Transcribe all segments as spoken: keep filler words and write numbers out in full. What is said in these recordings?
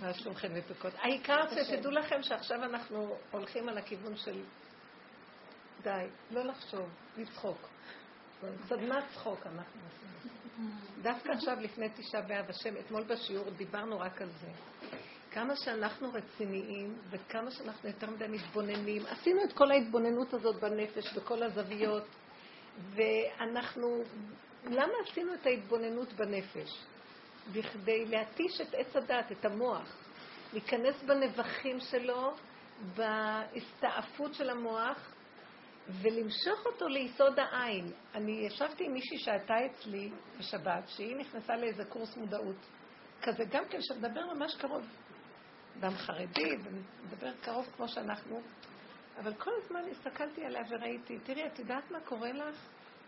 מה שלומכם מתוקות? העיקר שתדעו לכם שעכשיו אנחנו הולכים על הכיוון של די, לא לחשוב, לצחוק. סדנת צחוק אנחנו עושים. דווקא עכשיו לפני תשעה באב השם, אתמול בשיעור דיברנו רק על זה. כמה שאנחנו רציניים וכמה שאנחנו יותר מדי מתבוננים. עשינו את כל ההתבוננות הזאת בנפש בכל הזוויות, ואנחנו, למה עשינו את ההתבוננות בנפש? בכדי להתיש את עץ הדת, את המוח, להיכנס בנבחים שלו, בהסתעפות של המוח, ולמשוך אותו ליסוד העין. אני ישבתי עם מישהי שהייתה אצלי בשבת, שהיא נכנסה לאיזה קורס מודעות כזה, גם כן שמדבר ממש קרוב, אדם חרדי, ומדבר קרוב כמו שאנחנו, אבל כל הזמן הסתכלתי עליה וראיתי, תראי, את יודעת מה קורה לך?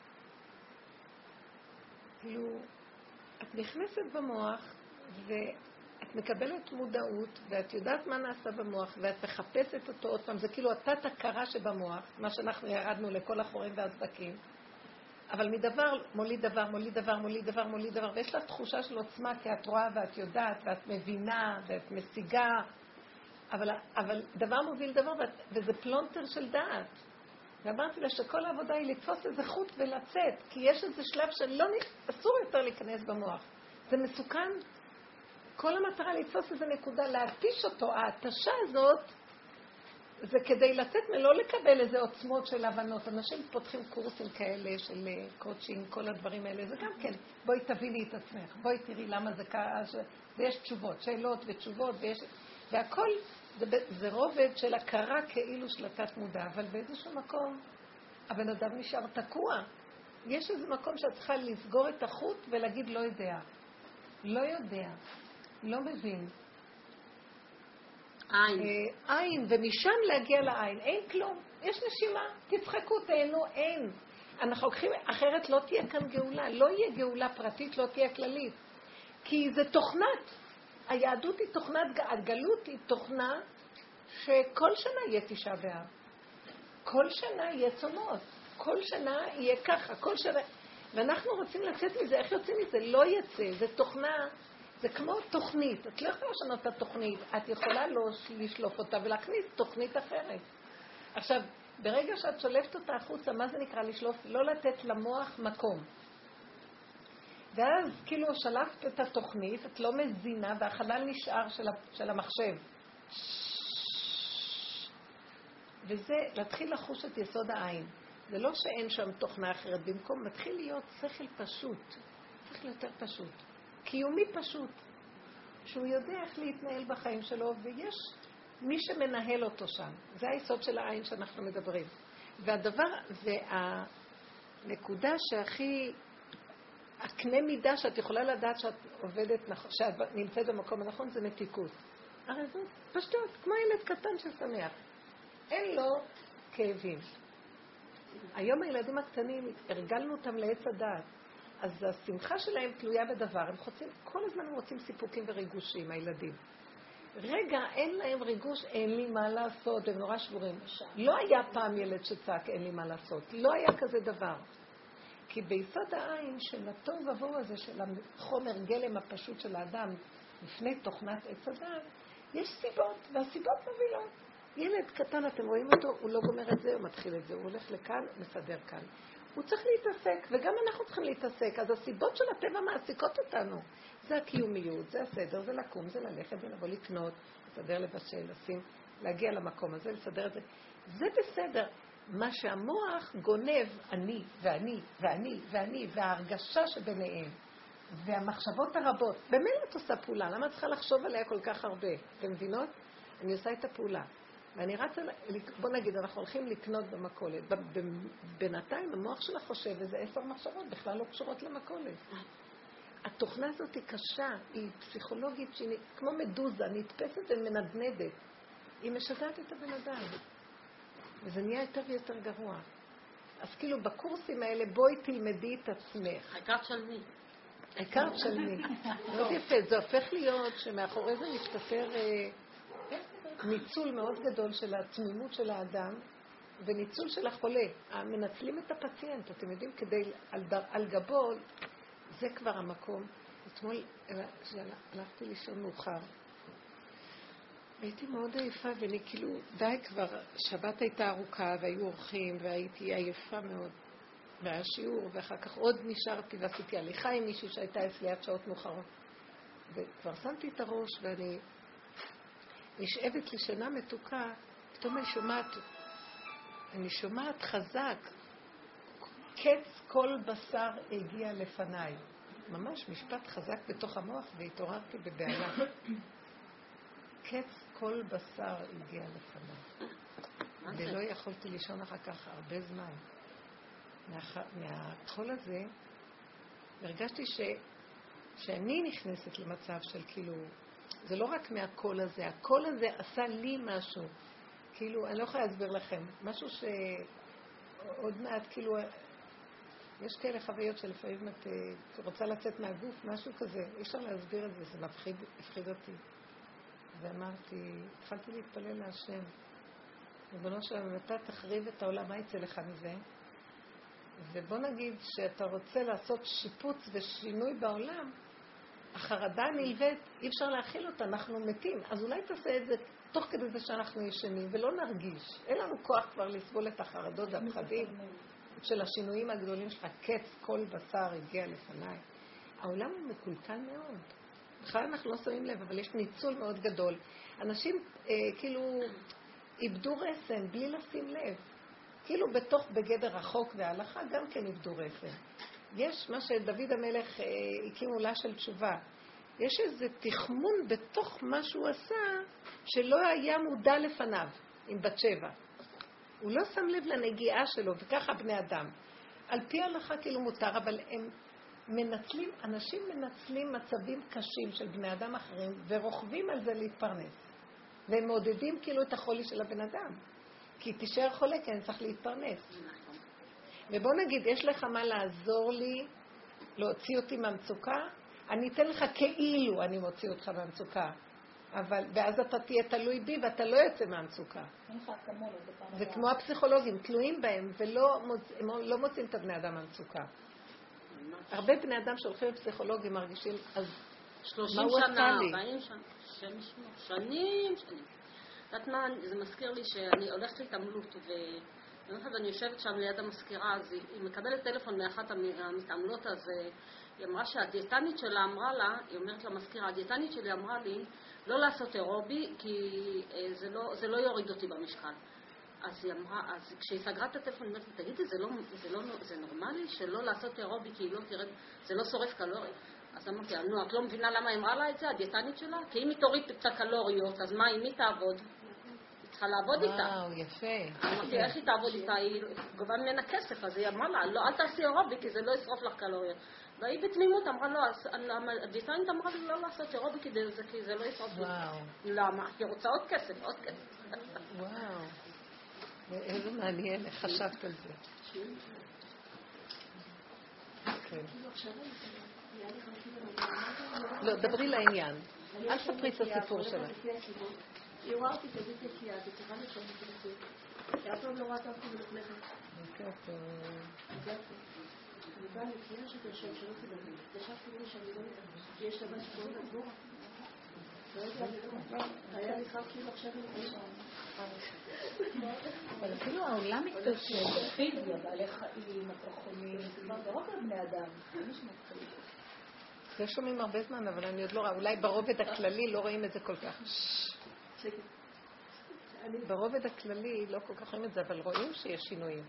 כאילו, את נכנסת במוח, ואת מקבלת מודעות, ואת יודעת מה נעשה במוח, ואת מחפשת אותו עוד פעם. זה כאילו התת הכרה שבמוח, מה שאנחנו ירדנו לכל החורים והסדקים. אבל מדבר מוליד דבר, מוליד דבר, מוליד דבר, מוליד דבר, ויש לך תחושה של עוצמה, כי את רואה ואת יודעת, ואת מבינה, ואת משיגה. אבל, אבל דבר מוביל דבר, וזה פלונטר של דעת. ואמרתי לה שכל העבודה היא לתפוס איזה חוט ולצאת, כי יש איזה שלב שלא אסור יותר להיכנס במוח. זה מסוכן. כל המטרה לתפוס איזה נקודה, להתיש אותו. ההתשה הזאת, זה כדי לצאת מלא לקבל איזה עוצמות של הבנות. אנשים פותחים קורסים כאלה של קוצ'ינג, כל הדברים האלה. זה גם כן, בואי תביני את עצמך, בואי תראי למה זה קרה, ויש תשובות, שאלות ותשובות, ויש... והכל זה, זה רובד של הכרה כאילו של התת מודע, אבל באיזשהו מקום הבן אדם נשאר תקוע. יש איזה מקום שאת צריכה לסגור את החוט ולהגיד לא יודע. לא יודע. לא מבין. עין. עין, ומשם להגיע לעין. אין כלום. יש נשימה. תצחקו, תהנו, אין. אנחנו לוקחים, אחרת לא תהיה כאן גאולה. לא יהיה גאולה פרטית, לא תהיה כללית. כי זה תוכנת. היהדות היא תוכנת, הגלות היא תוכנה שכל שנה יהיה תשעה באב. כל שנה יהיה צומות. כל שנה יהיה ככה. כל שנה... ואנחנו רוצים לצאת מזה. איך יוצאים מזה? לא יצא. זה תוכנה... זה כמו תוכנית. את לא יכולה לשנות את התוכנית. את יכולה לא לשלוף אותה ולהכניס תוכנית אחרת. עכשיו, ברגע שאת שולפת אותה החוצה, מה זה נקרא לשלוף? לא לתת למוח מקום. ואז כאילו שלפת את התוכנית, את לא מזינה, והחלל נשאר של, של המחשב. וזה להתחיל לחוש את יסוד העין. זה לא שאין שם תוכנה אחרת. במקום מתחיל להיות שכל פשוט. שכל יותר פשוט. קיומי פשוט, שהוא יודע איך להתנהל בחיים שלו, ויש מי שמנהל אותו שם. זה היסוד של העין שאנחנו מדברים. והדבר, והנקודה שהכי, הקנה מידה שאת יכולה לדעת שאת עובדת, שאת נמצאת במקום הנכון, זה מתיקות. הרי זאת פשטות, כמו ילד קטן ששמח. אין לו כאבים. היום הילדים הקטנים, הרגלנו אותם לעץ הדעת. אז השמחה שלהם תלויה בדבר. הם חוצים, כל הזמן הם רוצים סיפוקים וריגושים, הילדים. רגע, אין להם ריגוש, אין לי מה לעשות, הם נורא שבורים. לא היה פעם ילד שצעק, אין לי מה לעשות. לא היה כזה דבר. כי ביסוד העין של הטוב ובוהו הזה, של החומר גלם הפשוט של האדם, לפני תוכנת עץ הדעת, יש סיבות, והסיבות מובילות. ילד קטן, אתם רואים אותו, הוא לא גומר את זה, הוא מתחיל את זה, הוא הולך לכאן, מסדר כאן. הוא צריך להתעסק, וגם אנחנו צריכים להתעסק. אז הסיבות של הטבע מעסיקות אותנו. זה הקיומיות, זה הסדר, זה לקום, זה ללכת, זה לבוא לקנות, לסדר לבשל, לשים, להגיע למקום הזה, לסדר את זה. זה בסדר. מה שהמוח גונב, אני ואני ואני ואני, וההרגשה שביניהם, והמחשבות הרבות. במילא את עושה פעולה, למה צריכה לחשוב עליה כל כך הרבה? אתם מבינות? אני עושה את הפעולה. ואני רצה, בוא נגיד, אנחנו הולכים לקנות במכולת. בינתיים המוח שלה חושב, איזה עשר מחשבות בכלל לא קשורות למכולת. התוכנה הזאת היא קשה, היא פסיכולוגית, שהיא כמו מדוזה, נתפסת ומנדנדת. היא משגעת את הבן אדם. וזה נהיה יותר ויותר גרוע. אז כאילו בקורסים האלה, בואי תלמדי את עצמך. העיקר של מי? העיקר של מי. מאוד יפה, זה הופך להיות שמאחורי זה מסתתר... ניצול מאוד גדול של התמימות של האדם וניצול של החולה. מנצלים את הפציינט, אתם יודעים, כדי על, דר, על גבול, זה כבר המקום. אתמול הלכתי לישון מאוחר הייתי מאוד עייפה, ואני כאילו, די כבר, שבת הייתה ארוכה, והיו אורחים, והייתי עייפה מאוד. והיה שיעור, ואחר כך עוד נשארתי, ועשיתי הליכה עם מישהי שהייתה אצלי עד שעות מאוחרות. וכבר שמתי את הראש, ואני נשאבת לשינה מתוקה, פתאום אני שומעת, אני שומעת חזק, קץ כל בשר הגיע לפניי. ממש משפט חזק בתוך המוח, והתעוררתי בבעלה. קץ כל בשר הגיע לפניי. ולא יכולתי לישון אחר כך הרבה זמן. מהקול הזה, הרגשתי ש... שאני נכנסת למצב של כאילו, זה לא רק מהקול הזה, הקול הזה עשה לי משהו. כאילו, אני לא יכולה להסביר לכם, משהו שעוד מעט, כאילו, יש כאלה חוויות שלפעמים את רוצה לצאת מהגוף, משהו כזה, אי אפשר להסביר את זה, זה מפחיד, מפחיד אותי. ואמרתי, התחלתי להתפלל להשם. ריבונו שלנו, אתה תחריב את העולם, מה יצא לך מזה? ובוא נגיד שאתה רוצה לעשות שיפוץ ושינוי בעולם, החרדה נלווית, אי אפשר להכיל אותה, אנחנו מתים. אז אולי תעשה את זה תוך כדי זה שאנחנו ישנים, ולא נרגיש. אין לנו כוח כבר לסבול את החרדות והפחדים של השינויים הגדולים שלך. קץ כל בשר הגיע לפניי. העולם הוא מקולקל מאוד. בכלל אנחנו לא שמים לב, אבל יש ניצול מאוד גדול. אנשים אה, כאילו איבדו רסן בלי לשים לב. כאילו בתוך בגדר החוק וההלכה גם כן איבדו רסן. יש מה שדוד המלך אה, הקים עולה של תשובה. יש איזה תחמון בתוך מה שהוא עשה שלא היה מודע לפניו עם בת שבע. הוא לא שם לב לנגיעה שלו, וככה בני אדם. על פי ההלכה כאילו מותר, אבל הם מנצלים, אנשים מנצלים מצבים קשים של בני אדם אחרים, ורוכבים על זה להתפרנס. והם מעודדים כאילו את החולי של הבן אדם. כי תישאר חולה, כי אני צריך להתפרנס. ובוא נגיד, יש לך מה לעזור לי, להוציא אותי מהמצוקה, אני אתן לך כאילו אני מוציא אותך מהמצוקה. אבל, ואז אתה תהיה תלוי בי, ואתה לא יוצא מהמצוקה. זה כמו הפסיכולוגים, תלויים בהם, ולא מוצ... הם לא מוצאים את הבני אדם מהמצוקה. הרבה בני אדם שהולכים לפסיכולוגים מרגישים, אז שלושים שנה, ארבעים שנה, שנים, שנים. יודעת מה, זה מזכיר לי שאני הולכת להתעמלות, ואני יושבת שם ליד המזכירה, אז היא מקבלת טלפון מאחת המתעמלות, אז היא אמרה שהדיאטנית שלה אמרה לה, היא אומרת למזכירה, הדיאטנית שלי אמרה לי לא לעשות אירובי, כי זה לא, זה לא יוריד אותי במשקל. אז היא אמרה, אז כשהיא סגרה את הטלפון, היא אומרת לי, תגידי, זה, לא, זה, לא, זה נורמלי שלא לעשות אירובי, כי היא לא תרד, זה לא שורף קלוריות? אז אמרתי, נו, את לא מבינה למה היא אמרה לה את זה, הדיאטנית שלה? כי אם היא תוריד את הקלוריות, אז מה, אם היא תעבוד? היא צריכה לעבוד איתה. וואו, יפה. אמרתי, איך היא תעבוד איתה? היא גובה ממנה כסף, אז היא אמרה לה, לא, אל תעשי אירובי, כי זה לא ישרוף לך קלוריות. והיא בתמימות אמרה, לא, הדיאטנית אמרה לי לא לעשות אירובי, כי זה לא ישרוף לך. למה? היא רוצה עוד כסף, עוד כסף. וואו. איזה מעניין, איך חשבת על זה? כן. לא, דברי לעניין. אל ספרי את הסיפור שלה. היא רואה אותי תגיד תקיעה, זה צריכה לשאול את זה. היא אף לא רואה אותה אפילו לפניכם. נקרא פה. אני באה לקיעה שאתה יושב שלא תדבר. ישבתי לי שאני לא מדבר. כי יש לבן שקוראים לדבורה. היה לי חב כאילו עכשיו אני חושב. אבל אפילו העולם מתקשר, פיזיה, בעלי חיים, הפרחונים, זה לא רק על בני אדם, זה מי שמתחיל. זה שומעים הרבה זמן, אבל אני עוד לא רואה, אולי ברובד הכללי לא רואים את זה כל כך. ברובד הכללי לא כל כך רואים את זה, אבל רואים שיש שינויים.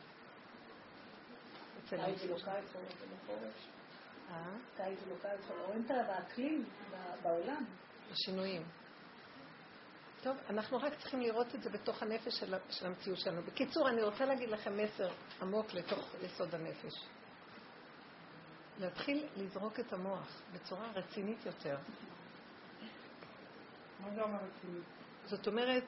קיץ ולא קיץ, רואים את זה בחורש. קיץ ולא קיץ, רואים את האקלים בעולם. השינויים. טוב, אנחנו רק צריכים לראות את זה בתוך הנפש של, של המציאות שלנו. בקיצור, אני רוצה להגיד לכם מסר עמוק לתוך יסוד הנפש. להתחיל לזרוק את המוח בצורה רצינית יותר. מה זה אומר רצינית? זאת אומרת,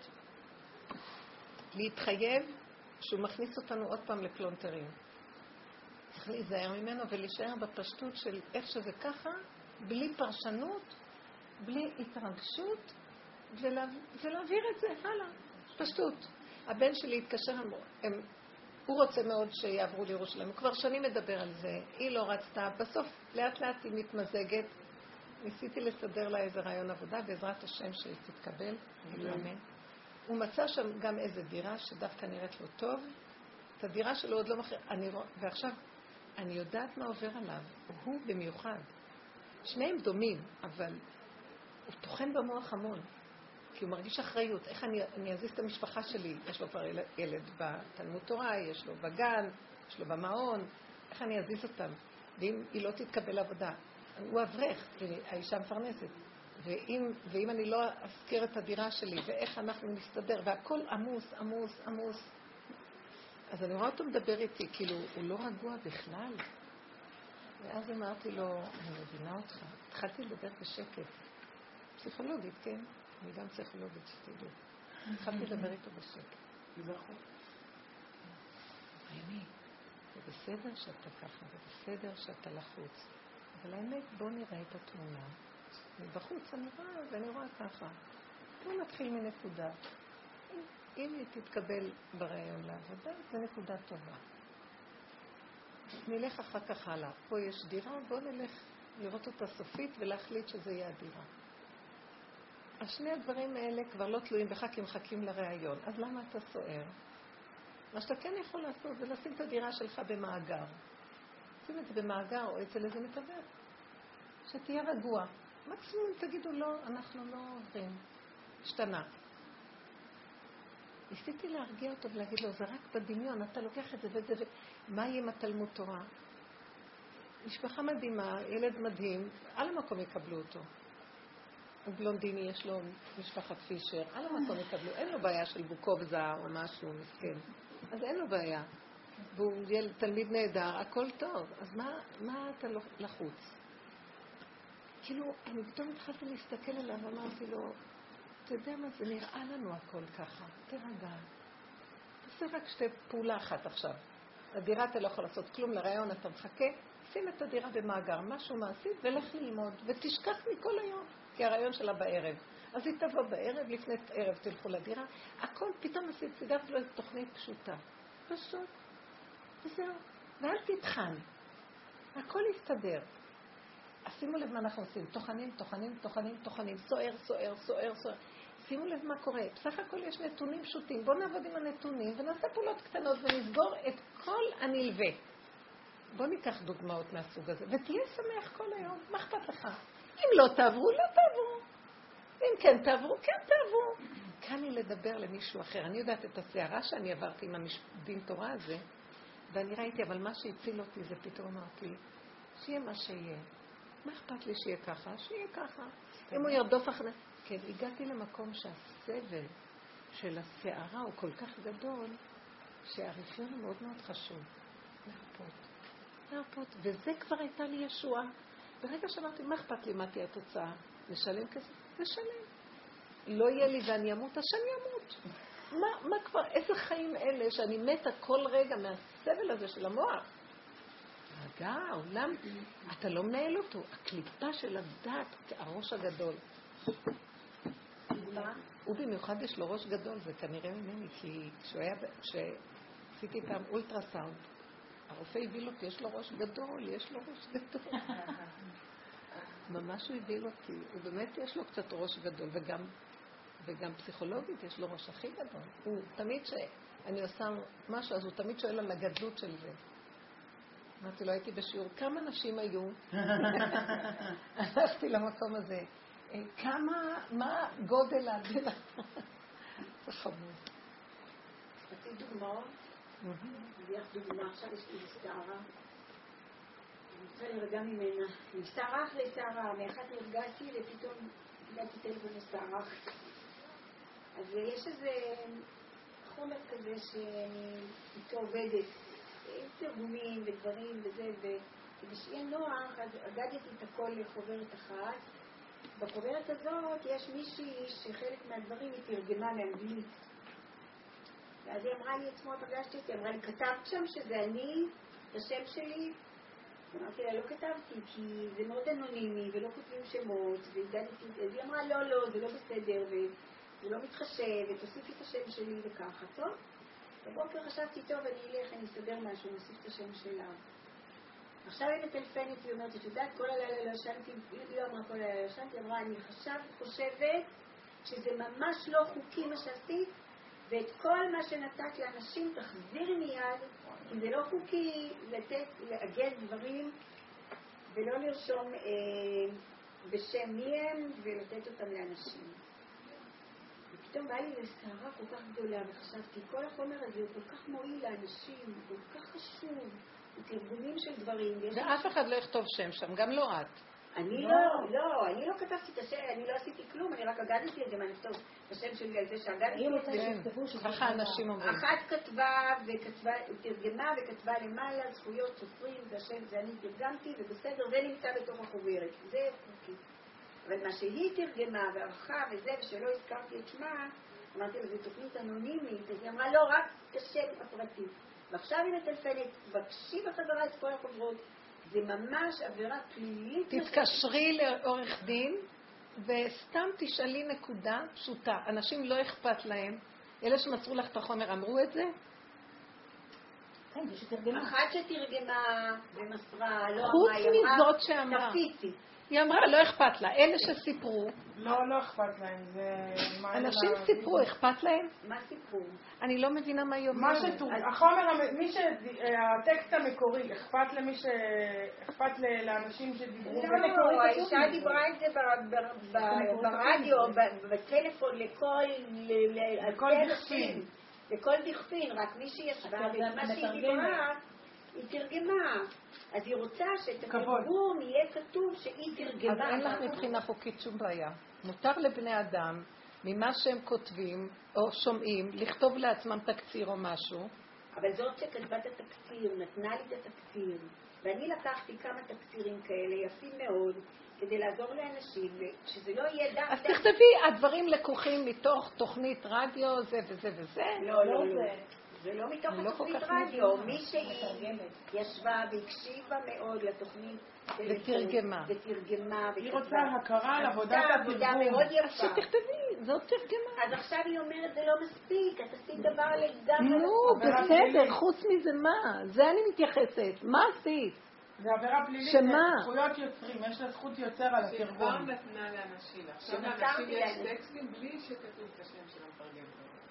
להתחייב שהוא מכניס אותנו עוד פעם לפלונטרים. צריך להיזהר ממנו ולהישאר בפשטות של איך שזה ככה, בלי פרשנות, בלי התרגשות, ולה... ולהעביר את זה הלאה. פשטות. הבן שלי התקשר, הם... הם... הוא רוצה מאוד שיעברו לירושלים. הוא כבר שנים מדבר על זה. היא לא רצתה. בסוף, לאט לאט היא מתמזגת. ניסיתי לסדר לה איזה רעיון עבודה, בעזרת השם שתתקבל, גילו אמן. הוא מצא שם גם איזה דירה שדווקא נראית לו טוב, את הדירה שלו עוד לא מכיר, ועכשיו אני יודעת מה עובר עליו, הוא במיוחד. שניהם דומים, אבל הוא תוכן במוח המון, כי הוא מרגיש אחריות. איך אני, אני אזיז את המשפחה שלי? יש לו כבר ילד בתלמוד תורה, יש לו בגן, יש לו במעון, איך אני אזיז אותם? ואם היא לא תתקבל עבודה, הוא אברך, האישה מפרנסת. ואם, ואם אני לא אזכיר את הדירה שלי, ואיך אנחנו נסתדר, והכל עמוס, עמוס, עמוס. אז אני רואה אותו מדבר איתי, כאילו, הוא לא רגוע בכלל. ואז אמרתי לו, אני מבינה אותך. התחלתי לדבר בשקט. פסיכולוגית, כן? אני גם פסיכולוגית, שתדעו. התחלתי לדבר איתו בשקט. מבחור. רייני, זה בסדר שאתה ככה, זה בסדר שאתה לחוץ. אבל האמת, בוא נראה את התמונה. מבחוץ אני רואה, ואני רואה ככה. בוא נתחיל מנקודה. אם היא תתקבל ברעיון לעבודה, זה נקודה טובה. נלך אחר כך הלאה. פה יש דירה, בוא נלך לראות אותה סופית ולהחליט שזה יהיה הדירה. השני הדברים האלה כבר לא תלויים בך כי מחכים לרעיון. אז למה אתה סוער? מה שאתה כן יכול לעשות זה לשים את הדירה שלך במאגר. שים את זה במאגר או אצל איזה מתווך. שתהיה רגוע. מקסימום תגידו לא, אנחנו לא עוברים. השתנה. ניסיתי להרגיע אותו ולהגיד לו, זה רק בדמיון, אתה לוקח את זה וזה ו... מה יהיה עם התלמוד תורה? משפחה מדהימה, ילד מדהים, על המקום יקבלו אותו. הבלונדיני יש לו משפחת פישר, על המקום יקבלו, אין לו בעיה של בוקובזה או משהו מסכן. אז אין לו בעיה. והוא ילד תלמיד נהדר, הכל טוב. אז מה, מה אתה לחוץ? כאילו, אני פתאום התחלתי להסתכל עליו ואמרתי לו, אתה יודע מה, זה נראה לנו הכל ככה, תרגע. תעשה רק שתי פעולה אחת עכשיו. הדירה אתה לא יכול לעשות כלום, לרעיון אתה מחכה, שים את הדירה במאגר, משהו מעשי, ולך ללמוד, ותשכח מכל היום, כי הרעיון שלה בערב. אז היא תבוא בערב, לפני ערב תלכו לדירה, הכל פתאום סידרת לו את תוכנית פשוטה. פשוט, וזהו, ואל תתחן. הכל יסתדר. אז שימו לב מה אנחנו עושים, תוכנים, תוכנים, תוכנים, תוכנים, סוער, סוער, סוער, סוער. שימו לב מה קורה, בסך הכל יש נתונים פשוטים, בואו נעבוד עם הנתונים ונעשה פעולות קטנות ונסגור את כל הנלווה. בואו ניקח דוגמאות מהסוג הזה, ותהיה שמח כל היום, מה אכפת לך? אם לא תעברו, לא תעברו. אם כן תעברו, כן תעברו. כאן לי לדבר למישהו אחר, אני יודעת את הסערה שאני עברתי עם הדין תורה הזה, ואני ראיתי, אבל מה שהציל אותי זה פתאום אמרתי, שיהיה מה שיהיה. מה אכפת לי שיהיה ככה? שיהיה ככה. אם הוא ירדוף אחרי... כן, הגעתי למקום שהסבל של הסערה הוא כל כך גדול, שהרפיון הוא מאוד מאוד חשוב. להרפות. להרפות. וזה כבר הייתה לי ישועה. ברגע שאמרתי, מה אכפת לי מה תהיה התוצאה? לשלם כסף? לשלם. לא יהיה לי ואני אמות, אז שאני אמות. מה, מה כבר, איזה חיים אלה שאני מתה כל רגע מהסבל הזה של המוח? רגע, העולם, אתה לא מנהל אותו. הקליפה של הדת, הראש הגדול. הוא במיוחד יש לו ראש גדול, זה כנראה ממני, כי כשהוא היה, כשעשיתי פעם אולטרסאונד, הרופא הביל אותי, יש לו ראש גדול, יש לו ראש גדול. ממש הוא הביל אותי, הוא באמת יש לו קצת ראש גדול, וגם, וגם פסיכולוגית יש לו ראש הכי גדול. הוא תמיד שאני עושה משהו, אז הוא תמיד שואל על הגדלות של זה. אמרתי לו, הייתי בשיעור, כמה נשים היו? הלכתי למקום הזה. כמה, מה גודל הדלה? זה חמוד. רציתי דוגמאות? אני אביא דוגמה, עכשיו יש לי סערה. אני רוצה להירגע ממנה. מסערה אחרי סערה, מאחת נרגעתי ופתאום קיבלתי טלפון לסערה. אז יש איזה חומר כזה שאני איתו עובדת. תרגומים ודברים וזה, וכדי שיהיה נוח, אז אגדתי את הכל לחוברת אחת. בחוברת הזאת יש מישהי שחלק מהדברים היא תרגמה לאנגלית. ואז היא אמרה לי, אתמול פגשתי אותי, אמרה לי, כתבת שם שזה אני, את השם שלי? אמרתי לה, לא כתבתי, כי זה מאוד אנונימי ולא כותבים שמות, והגדתי, אז היא אמרה, לא, לא, זה לא בסדר, וזה לא מתחשב, ותוסיפי את השם שלי וככה, טוב? בבוקר חשבתי, טוב, אני אלך, אני אסדר משהו, נוסיף את השם שלה. עכשיו היא מטלפנת, היא אומרת, את יודעת, כל הלילה לא ישנתי, היא לא אמרה כל הלילה לא ישנתי, אמרה, אני חשבת, חושבת שזה ממש לא חוקי מה שעשית, ואת כל מה שנתת לאנשים תחזירי מיד, כי זה לא חוקי לתת, לאגד דברים, ולא לרשום אה, בשם מי הם, ולתת אותם לאנשים. ופתאום בא לי לסערה כל כך גדולה, וחשבתי, כל החומר הזה הוא כל כך מועיל לאנשים, הוא כל כך חשוב, הוא תרגונים של דברים. ואף אחד לא יכתוב שם שם, גם לא את. אני לא, לא, אני לא כתבתי את השם, אני לא עשיתי כלום, אני רק אגדתי את זה, מה נכתוב את השם שלי על זה שאגדתי את זה. ככה אנשים אומרים. אחת כתבה וכתבה, תרגמה וכתבה למעלה, זכויות סופרים, זה השם, זה אני תרגמתי, ובסדר, זה נמצא בתוך החוברת. זה חוקי. אבל מה שהיא תרגמה וערכה וזה, ושלא הזכרתי את שמה, אמרתי לה, זו תוכנית אנונימית, אז היא אמרה, לא, רק את השם הפרטי. ועכשיו היא מטלפנת, בקשי בחזרה את כל החוברות, זה ממש עבירה פלילית. תתקשרי לעורך דין וסתם תשאלי נקודה פשוטה. אנשים לא אכפת להם. אלה שמסרו לך את החומר אמרו את זה? כן, זה שתרגמה. אחת שתרגמה ומסרה, לא חוץ אמרה, היא אמרה, מזאת שאמרה. תפיצי. היא אמרה, לא אכפת לה. אלה שסיפרו. לא, לא אכפת להם. אנשים סיפרו, אכפת להם? מה סיפרו? אני לא מבינה מה היא אומרת. מה שטוב, החומר, מי ש... הטקסט המקורי, אכפת למי ש... אכפת לאנשים שדיברו. לא, האישה דיברה את זה ברדיו, בטלפון, לכל דכפין. לכל דכפין, רק מי שישבה, ומה שהיא דיברה, היא תרגמה. אז היא רוצה שאת התרגום יהיה כתוב שהיא תרגמה. אז אין לך מבחינה חוקית שום בעיה. מותר לבני אדם, ממה שהם כותבים או שומעים, לכתוב לעצמם תקציר או משהו. אבל זאת שכתבה את התקציר, נתנה לי את התקציר, ואני לקחתי כמה תקצירים כאלה יפים מאוד, כדי לעזור לאנשים, שזה לא יהיה דווקא... אז תכתבי, הדברים לקוחים מתוך תוכנית רדיו, זה וזה וזה. לא, לא, לא. זה לא מתוך התוכנית רדיו. מי שהיא ישבה והקשיבה מאוד לתוכנית ותרגמה. ותרגמה. היא רוצה הכרה על עבודת התרגום. מאוד יפה. שתכתבי, זאת תרגמה. אז עכשיו היא אומרת, זה לא מספיק, את עשית דבר לגמרי. נו, בסדר, חוץ מזה מה? זה אני מתייחסת. מה עשית? זה עבירה פלילית, זה זכויות יוצרים, יש לה זכות יוצר על התרגום. שכבר נתנה לאנשים, עכשיו לאנשים יש טקסטים בלי שכתוב את השם של המתרגם.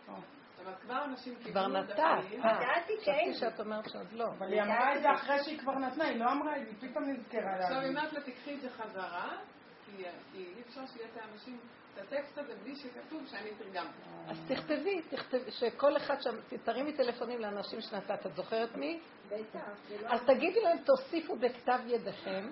אבל כבר אנשים כבר נתת. נתתי, כן. חשבתי שאת אומרת שעוד לא. אבל היא אמרה את זה אחרי שהיא כבר נתנה, היא לא אמרה, היא פתאום נזכרה. עכשיו היא אומרת לה, תקחי את זה חזרה, כי אי אפשר שיהיה את האנשים, את הטקסט הזה בלי שכתוב שאני תרגמתי. אז תכתבי, תכתבי, שכל אחד שם, תרימי טלפונים לאנשים שנתת, את זוכרת מי? בטח. אז תגידי להם, תוסיפו בכתב ידיכם.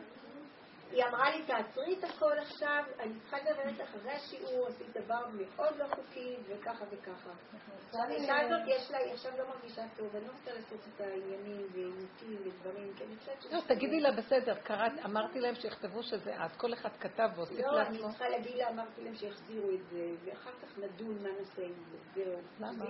היא אמרה לי, תעצרי את הכל עכשיו, אני צריכה לדבר איתך אחרי השיעור, עשית דבר מאוד לא חוקי, וככה וככה. האישה הזאת יש לה, היא עכשיו לא מרגישה טוב, אני לא רוצה לעשות את העניינים ועימותים ודברים, כי אני חושבת ש... לא, תגידי לה, בסדר, אמרתי להם שיכתבו שזה את, כל אחד כתב והוסיף לעצמו. לא, אני צריכה להגיד לה, אמרתי להם שיחזירו את זה, ואחר כך נדון מה נעשה עם זה, זהו. למה?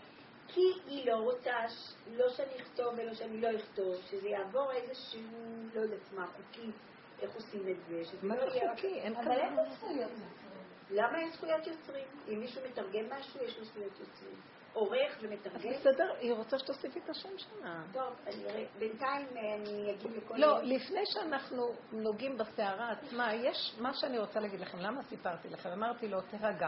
כי היא לא רוצה, לא שאני אכתוב ולא שאני לא אכתוב, שזה יעבור איזשהו, לא יודעת מה, חוקי. איך עושים את זה? מה זה חוקי? אין אבל אין זכויות יוצרים. למה אין זכויות יוצרים? אם מישהו מתרגם משהו, יש לו זכויות יוצרים. עורך ומתרגם. אז בסדר, היא רוצה שתוסיפי את השם שלה. טוב, בינתיים אני אגיד לכל... לא, לפני שאנחנו נוגעים בסערה עצמה, יש מה שאני רוצה להגיד לכם. למה סיפרתי לכם? אמרתי לו, תרגע.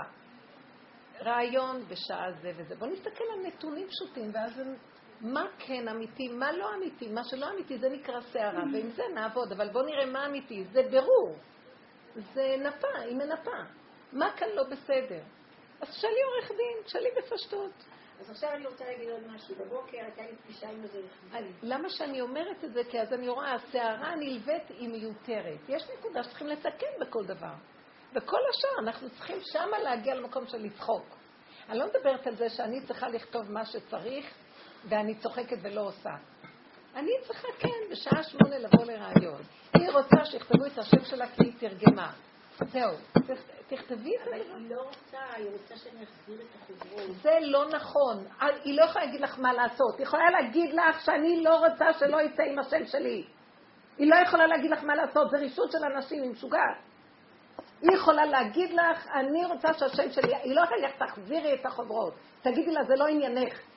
רעיון בשעה זה וזה. בואו נסתכל על נתונים פשוטים, ואז מה כן אמיתי, מה לא אמיתי. מה שלא אמיתי זה נקרא שערה, ועם זה נעבוד. אבל בואו נראה מה אמיתי. זה ברור. זה נפה, היא מנפה. מה כאן לא בסדר? אז שאלי עורך דין, שאלי בפשטות. אז עכשיו אני רוצה להגיד עוד משהו. בבוקר הייתה לי פגישה עם איזה עורך דין. למה שאני אומרת את זה? כי אז אני רואה, השערה הנלווית היא מיותרת. יש נקודה שצריכים לתקן בכל דבר. וכל השאר אנחנו צריכים שמה להגיע למקום של לצחוק. אני לא מדברת על זה שאני צריכה לכתוב מה שצריך, ואני צוחקת ולא עושה. אני צריכה, כן, בשעה שמונה לבוא לרעיון. היא רוצה שיכתבו את השם שלה כי היא תרגמה. זהו, תכתבי את זה. אבל היא לא רוצה, היא רוצה שאני אחזיר את החוברות. זה לא נכון. היא לא יכולה להגיד לך מה לעשות. היא יכולה להגיד לך שאני לא רוצה שלא יצא עם השם שלי. היא לא יכולה להגיד לך מה לעשות. זה רישות של אנשים, היא משוגעת. היא יכולה להגיד לך, אני רוצה שהשם שלי, היא לא יכולה להגיד לך, תחזירי את החוברות. תגידי לה, זה לא עניינך.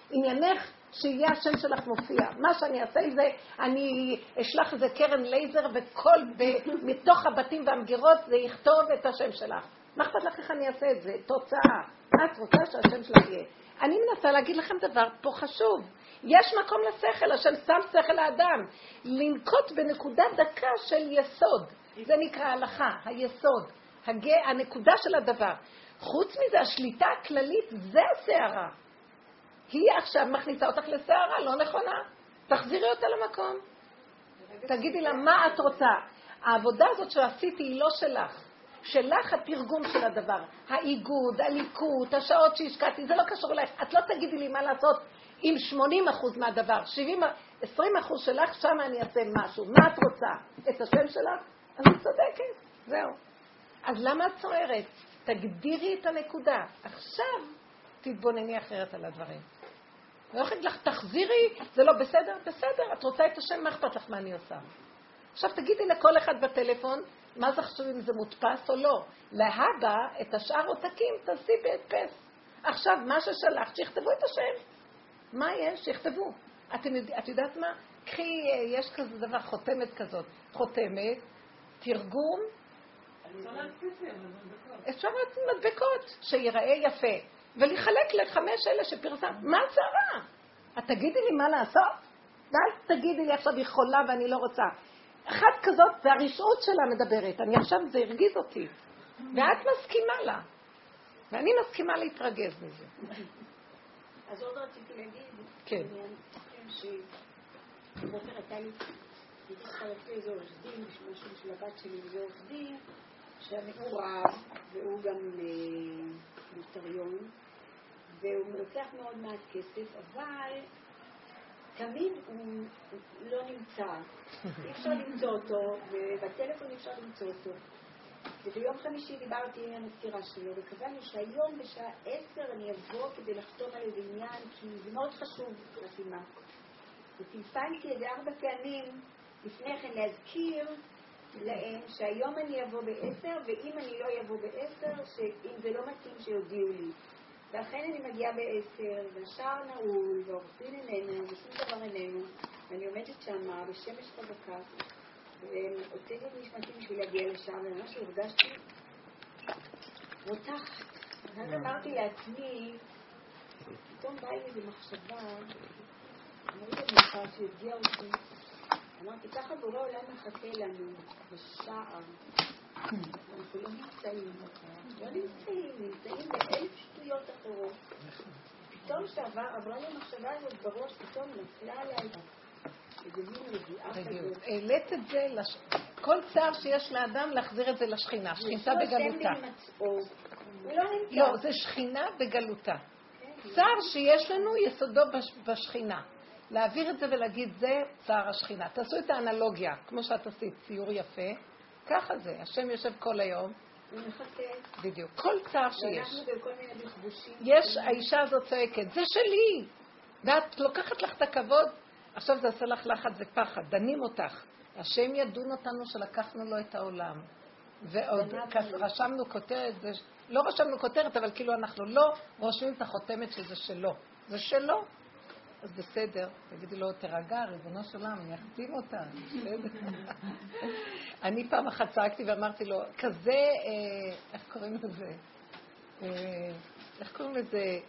עניינך שיהיה השם שלך מופיע. מה שאני אעשה עם זה, אני אשלח איזה קרן לייזר וכל, מתוך הבתים והמגירות זה יכתוב את השם שלך. מה אכפת לך איך אני אעשה את זה? תוצאה. את רוצה שהשם שלך יהיה. אני מנסה להגיד לכם דבר פה חשוב. יש מקום לשכל, השם שם שכל לאדם. לנקוט בנקודה דקה של יסוד. זה נקרא הלכה, היסוד, הג... הנקודה של הדבר. חוץ מזה, השליטה הכללית, זה הסערה. היא עכשיו מכניסה אותך לסערה, לא נכונה. תחזירי אותה למקום. תגידי לה, מה את רוצה? העבודה הזאת שעשיתי היא לא שלך. שלך התרגום של הדבר. העיגוד, הליקות, השעות שהשקעתי, זה לא קשור אליך. את לא תגידי לי מה לעשות עם שמונים אחוז מהדבר. שבעים, עשרים אחוז שלך, שם אני אעשה משהו. מה את רוצה? את השם שלך? אז היא צודקת. זהו. אז למה את צוערת? תגדירי את הנקודה. עכשיו תתבונני אחרת על הדברים. אני הולכת לך, תחזירי, זה לא בסדר? בסדר, את רוצה את השם, מה אכפת לך מה אני עושה? עכשיו תגידי לכל אחד בטלפון, מה זה חשוב אם זה מודפס או לא? להבא, את השאר עותקים, תעשי בהדפס. עכשיו, מה ששלחת, שיכתבו את השם. מה יש? שיכתבו. את, את יודעת מה? קחי, יש כזה דבר, חותמת כזאת. חותמת, תרגום, אפשר מדבקות, שיראה יפה. ולחלק לחמש אלה שפרסם. מה הצערה? את תגידי לי מה לעשות? ואל תגידי לי עכשיו יכולה ואני לא רוצה. אחת כזאת, זה הרשעות שלה מדברת. אני עכשיו, זה הרגיז אותי. ואת מסכימה לה. ואני מסכימה להתרגז מזה. אז עוד רציתי להגיד, כן. שבוקר הייתה לי, הייתי צריכה לצאת איזה עורך דין, משהו של הבת שלי, זה עורך דין, שהוא רב, והוא גם נוטריון, והוא לוקח מאוד מעט כסף, אבל תמיד הוא לא נמצא. אי אפשר למצוא אותו, ובטלפון אי אפשר למצוא אותו. וביום חמישי דיברתי עם המזכירה שלו, וקבענו שהיום בשעה עשר אני אבוא כדי לחתום על איזה עניין, כי זה מאוד חשוב לחתימה. וטלפנתי איזה ארבע פעמים לפני כן להזכיר להם שהיום אני אבוא בעשר, ואם אני לא אבוא בעשר, שאם זה לא מתאים שיודיעו לי. ואכן אני מגיעה בעשר, והשער נעול, והעורך-דין איננו, ושום דבר איננו, ואני עומדת שמה בשמש חזקה, והוצאתי את נשמתי בשביל להגיע לשם, וממש הרגשתי רותחת. ואז אמרתי לעצמי, פתאום באה לי איזו מחשבה, אמרתי למחר שהגיע אותי, אמרתי, ככה בורא עולם מחכה לנו בשער. אנחנו לא נמצאים, לא נמצאים, נמצאים באלף שטויות אחרות. פתאום שעברה לי המחשבה הזאת בראש, פתאום נפלה עליי איזה מין רגיעה כזאת. העלית את זה, כל צער שיש לאדם להחזיר את זה לשכינה, שכינתה בגלותה. לא, זה שכינה בגלותה. צער שיש לנו יסודו בשכינה. להעביר את זה ולהגיד, זה צער השכינה. תעשו את האנלוגיה, כמו שאת עשית, ציור יפה. ככה זה, השם יושב כל היום. הוא מחכה. בדיוק, כל צער שיש. ואנחנו בכל מיני בכבושים. יש, האישה הזאת צועקת, זה שלי. ואת לוקחת לך את הכבוד, עכשיו זה עושה לך לחץ ופחד, דנים אותך. השם ידון אותנו שלקחנו לו את העולם. ועוד רשמנו כותרת, לא רשמנו כותרת, אבל כאילו אנחנו לא רושמים את החותמת שזה שלו. זה שלו. אז בסדר, תגידי לו, תרגע, ריבונו של עולם, אני אחתים אותה, בסדר. אני פעם אחת צעקתי ואמרתי לו, כזה, איך קוראים לזה? איך קוראים לזה?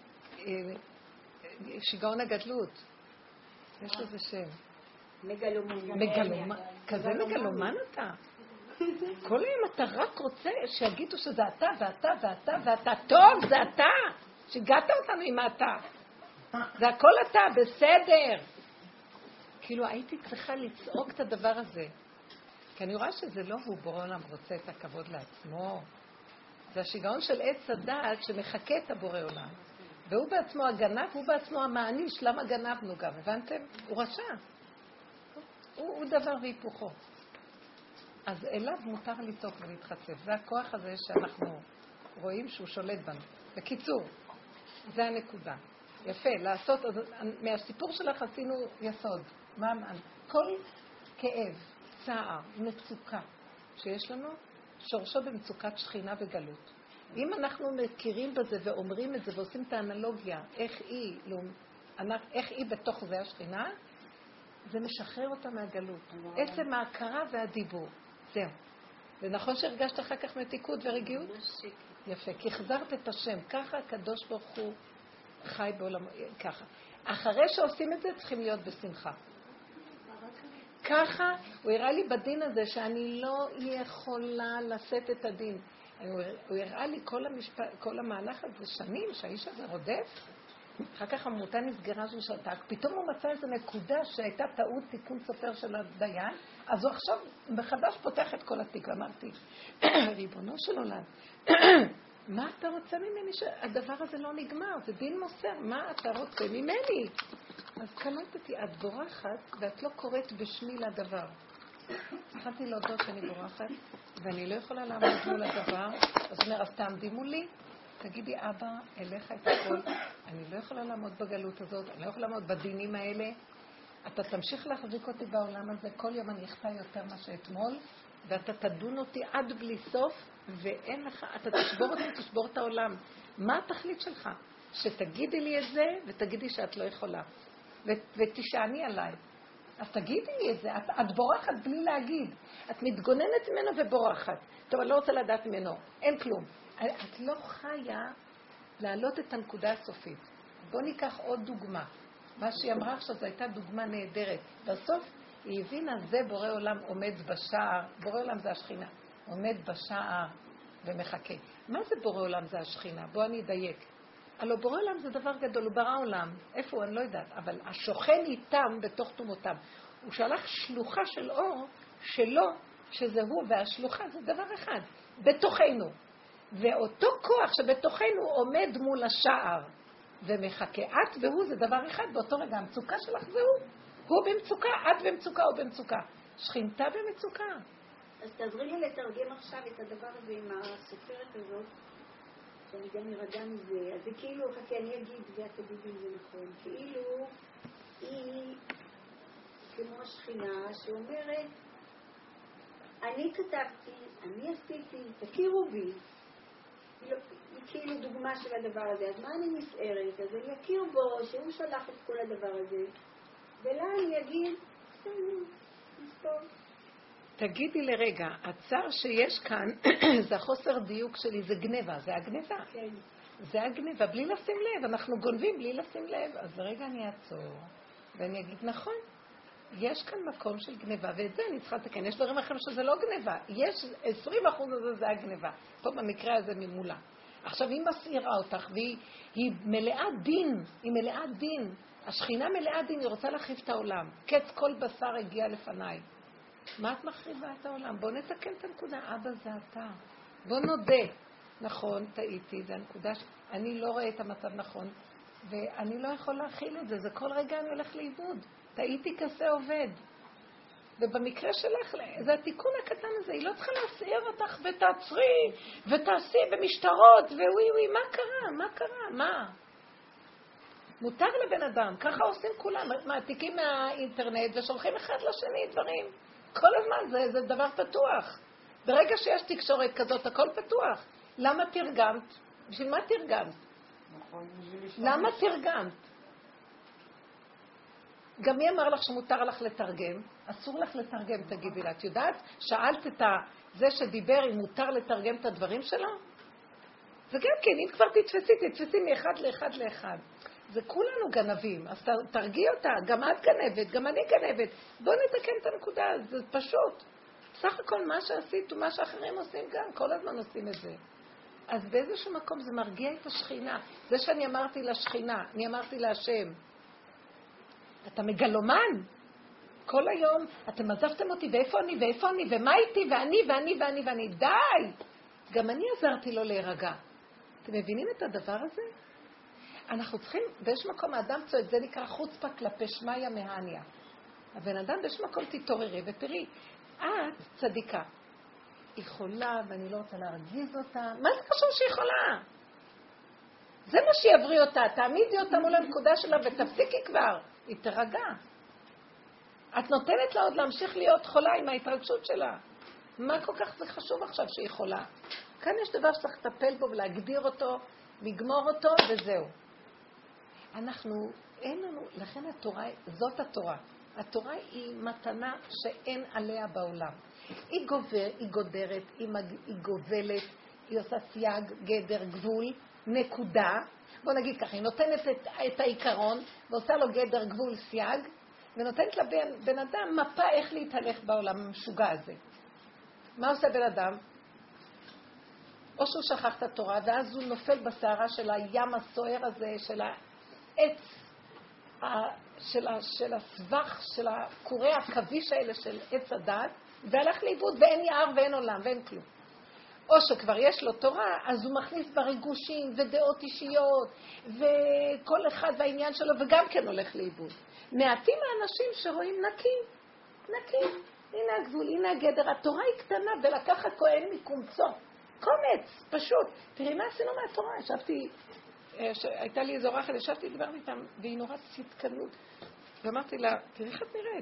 שיגעון הגדלות. יש לזה שם. מגלומן. מגלומן. כזה מגלומן אתה. כל היום אתה רק רוצה שיגידו שזה אתה ואתה ואתה ואתה. טוב, זה אתה. שיגעת אותנו עם אתה. זה הכל אתה, בסדר. כאילו הייתי צריכה לצעוק את הדבר הזה. כי אני רואה שזה לא הוא בורא עולם רוצה את הכבוד לעצמו. זה השיגעון של עץ הדעת שמחכה את הבורא עולם. והוא בעצמו הגנב, הוא בעצמו המעניש. למה גנבנו גם? הבנתם? הוא רשע. הוא, הוא דבר והיפוכו. אז אליו מותר לצעוק ולהתחצף. זה הכוח הזה שאנחנו רואים שהוא שולט בנו. בקיצור, זה הנקודה. יפה, לעשות, מהסיפור שלך עשינו יסוד. מה, כל כאב, צער, מצוקה שיש לנו, שורשו במצוקת שכינה וגלות. אם אנחנו מכירים בזה ואומרים את זה ועושים את האנלוגיה, איך היא, איך היא בתוך זה השכינה, זה משחרר אותה מהגלות. עצם ההכרה והדיבור. זהו. זה נכון שהרגשת אחר כך מתיקות ורגיעות? יפה, כי החזרת את השם. ככה הקדוש ברוך הוא חי בעולם, ככה. אחרי שעושים את זה צריכים להיות בשמחה. ככה הוא הראה לי בדין הזה שאני לא יכולה לשאת את הדין. הוא הראה לי כל, המשפ... כל המהלך הזה שנים שהאיש הזה רודף. אחר כך המותה נסגרה שהוא שתק. פתאום הוא מצא איזו נקודה שהייתה טעות תיקון סופר של הדיין. אז הוא עכשיו מחדש פותח את כל התיק. ואמרתי, ריבונו של עולם, מה אתה רוצה ממני שהדבר הזה לא נגמר? זה דין מוסר. מה אתה רוצה ממני? אז קלטתי, את בורחת ואת לא קוראת בשמי לדבר. התחלתי להודות שאני בורחת ואני לא יכולה לעמוד מול הדבר. אז אומר, אז תעמדי מולי, תגידי, אבא, אליך את הכל. אני לא יכולה לעמוד בגלות הזאת, אני לא יכולה לעמוד בדינים האלה. אתה תמשיך להחזיק אותי בעולם הזה, כל יום אני אחטא יותר מה שאתמול, ואתה תדון אותי עד בלי סוף, ואין לך, אתה תשבור אותי, תשבור את העולם. מה התכלית שלך? שתגידי לי את זה ותגידי שאת לא יכולה. ותשעני עליי. אז תגידי לי את זה, את, את בורחת בלי להגיד. את מתגוננת ממנו ובורחת. טוב, אני לא רוצה לדעת ממנו, אין כלום. את לא חיה להעלות את הנקודה הסופית. בוא ניקח עוד דוגמה. מה שהיא אמרה עכשיו, זו הייתה דוגמה נהדרת. בסוף היא הבינה, זה בורא עולם עומד בשער, בורא עולם זה השכינה, עומד בשער ומחכה. מה זה בורא עולם זה השכינה? בוא אני אדייק. הלוא בורא עולם זה דבר גדול, הוא ברא עולם. איפה הוא? אני לא יודעת. אבל השוכן איתם בתוך תומותם. הוא שלח שלוחה של אור שלו, שזה הוא, והשלוחה זה דבר אחד, בתוכנו. ואותו כוח שבתוכנו עומד מול השער ומחכה. את והוא זה דבר אחד, באותו רגע המצוקה שלך זה הוא. הוא במצוקה, את במצוקה או במצוקה. שכינתה במצוקה. אז תעזרי לי לתרגם עכשיו את הדבר הזה עם הסופרת הזאת, שאני גם נרגע מזה. אז זה כאילו, חכי, אני אגיד, ואת תגידי אם זה נכון. כאילו, היא כמו השכינה שאומרת, אני כתבתי, אני עשיתי, תכירו בי. היא כאילו דוגמה של הדבר הזה. אז מה אני נסערת? אז אני אכיר בו שהוא שלח את כל הדבר הזה. ולה אני אגיד, נספור. תגידי לרגע, הצער שיש כאן, זה החוסר דיוק שלי, זה גניבה, זה הגניבה. כן. זה הגניבה, בלי לשים לב, אנחנו גונבים בלי לשים לב. אז רגע אני אעצור, ואני אגיד, נכון, יש כאן מקום של גניבה, ואת זה אני צריכה לתקן. יש דברים אחרים שזה לא גניבה, יש עשרים אחוז הזה זה הגניבה. פה במקרה הזה ממולה. עכשיו היא מסעירה אותך, והיא מלאה דין, היא מלאה דין. השכינה מלאה דין, היא רוצה להחריב את העולם. קץ כל בשר הגיע לפניי. מה את מחריבה את העולם? בוא נתקן את הנקודה. אבא זה אתה. בוא נודה. נכון, טעיתי, זה הנקודה ש... אני לא רואה את המצב נכון, ואני לא יכול להכיל את זה. זה כל רגע אני הולך לאיבוד. טעיתי כזה עובד. ובמקרה שלך, זה התיקון הקטן הזה. היא לא צריכה להסעיר אותך ותעצרי, ותעשי במשטרות, וווי ווי. מה קרה? מה קרה? מה? מותר לבן אדם. ככה עושים כולם. מעתיקים מהאינטרנט ושולחים אחד לשני דברים. כל הזמן זה, זה דבר פתוח. ברגע שיש תקשורת כזאת, הכל פתוח. למה תרגמת? בשביל מה תרגמת? נכון, למה תרגמת? גם מי אמר לך שמותר לך לתרגם? אסור לך לתרגם, תגידי לה. את יודעת? שאלת את זה שדיבר אם מותר לתרגם את הדברים שלו? זה גם כן, אם כבר תתפסי, תתפסי מאחד לאחד לאחד. זה כולנו גנבים, אז תרגיע אותה, גם את גנבת, גם אני גנבת. בוא נתקן את הנקודה, זה פשוט. בסך הכל מה שעשית ומה שאחרים עושים גם, כל הזמן עושים את זה. אז באיזשהו מקום זה מרגיע את השכינה. זה שאני אמרתי לשכינה, אני אמרתי להשם, אתה מגלומן. כל היום אתם עזבתם אותי, ואיפה אני, ואיפה אני, ומה איתי, ואני, ואני, ואני, ואני. די! גם אני עזרתי לו להירגע. אתם מבינים את הדבר הזה? אנחנו צריכים, באיש מקום האדם צועק, זה נקרא חוצפה כלפי שמיה מהניה. הבן אדם באיש מקום תתעוררי ותראי, את צדיקה. היא חולה ואני לא רוצה להרגיז אותה. מה זה חשוב שהיא חולה? זה מה שיבריא אותה. תעמידי אותה מול הנקודה שלה ותפסיקי כבר. היא תרגע. את נותנת לה עוד להמשיך להיות חולה עם ההתרגשות שלה. מה כל כך זה חשוב עכשיו שהיא חולה? כאן יש דבר שצריך לטפל בו ולהגדיר אותו, לגמור אותו וזהו. אנחנו אין לנו, לכן התורה, זאת התורה. התורה היא מתנה שאין עליה בעולם. היא גובר, היא גודרת, היא, מג, היא גובלת, היא עושה סייג, גדר, גבול, נקודה. בוא נגיד ככה, היא נותנת את, את העיקרון, ועושה לו גדר, גבול, סייג, ונותנת לבן בן אדם מפה איך להתהלך בעולם המשוגע הזה. מה עושה בן אדם? או שהוא שכח את התורה, ואז הוא נופל בסערה של הים הסוער הזה, של העץ, של, של הסבך, של הקורי הכביש האלה של עץ הדת, והלך לאיבוד ואין יער ואין עולם ואין כלום. או שכבר יש לו תורה, אז הוא מכניס בריגושים ודעות אישיות, וכל אחד והעניין שלו, וגם כן הולך לאיבוד. מעטים האנשים שרואים נקי, נקי, הנה הגבול, הנה הגדר. התורה היא קטנה ולקחת כהן מקומצו. קומץ, פשוט. תראי מה עשינו מהתורה. ישבתי, הייתה לי איזו אורחת, ישבתי, דיברתי איתם, והיא נורא צדקנות. ואמרתי לה, תראי איך את נראית.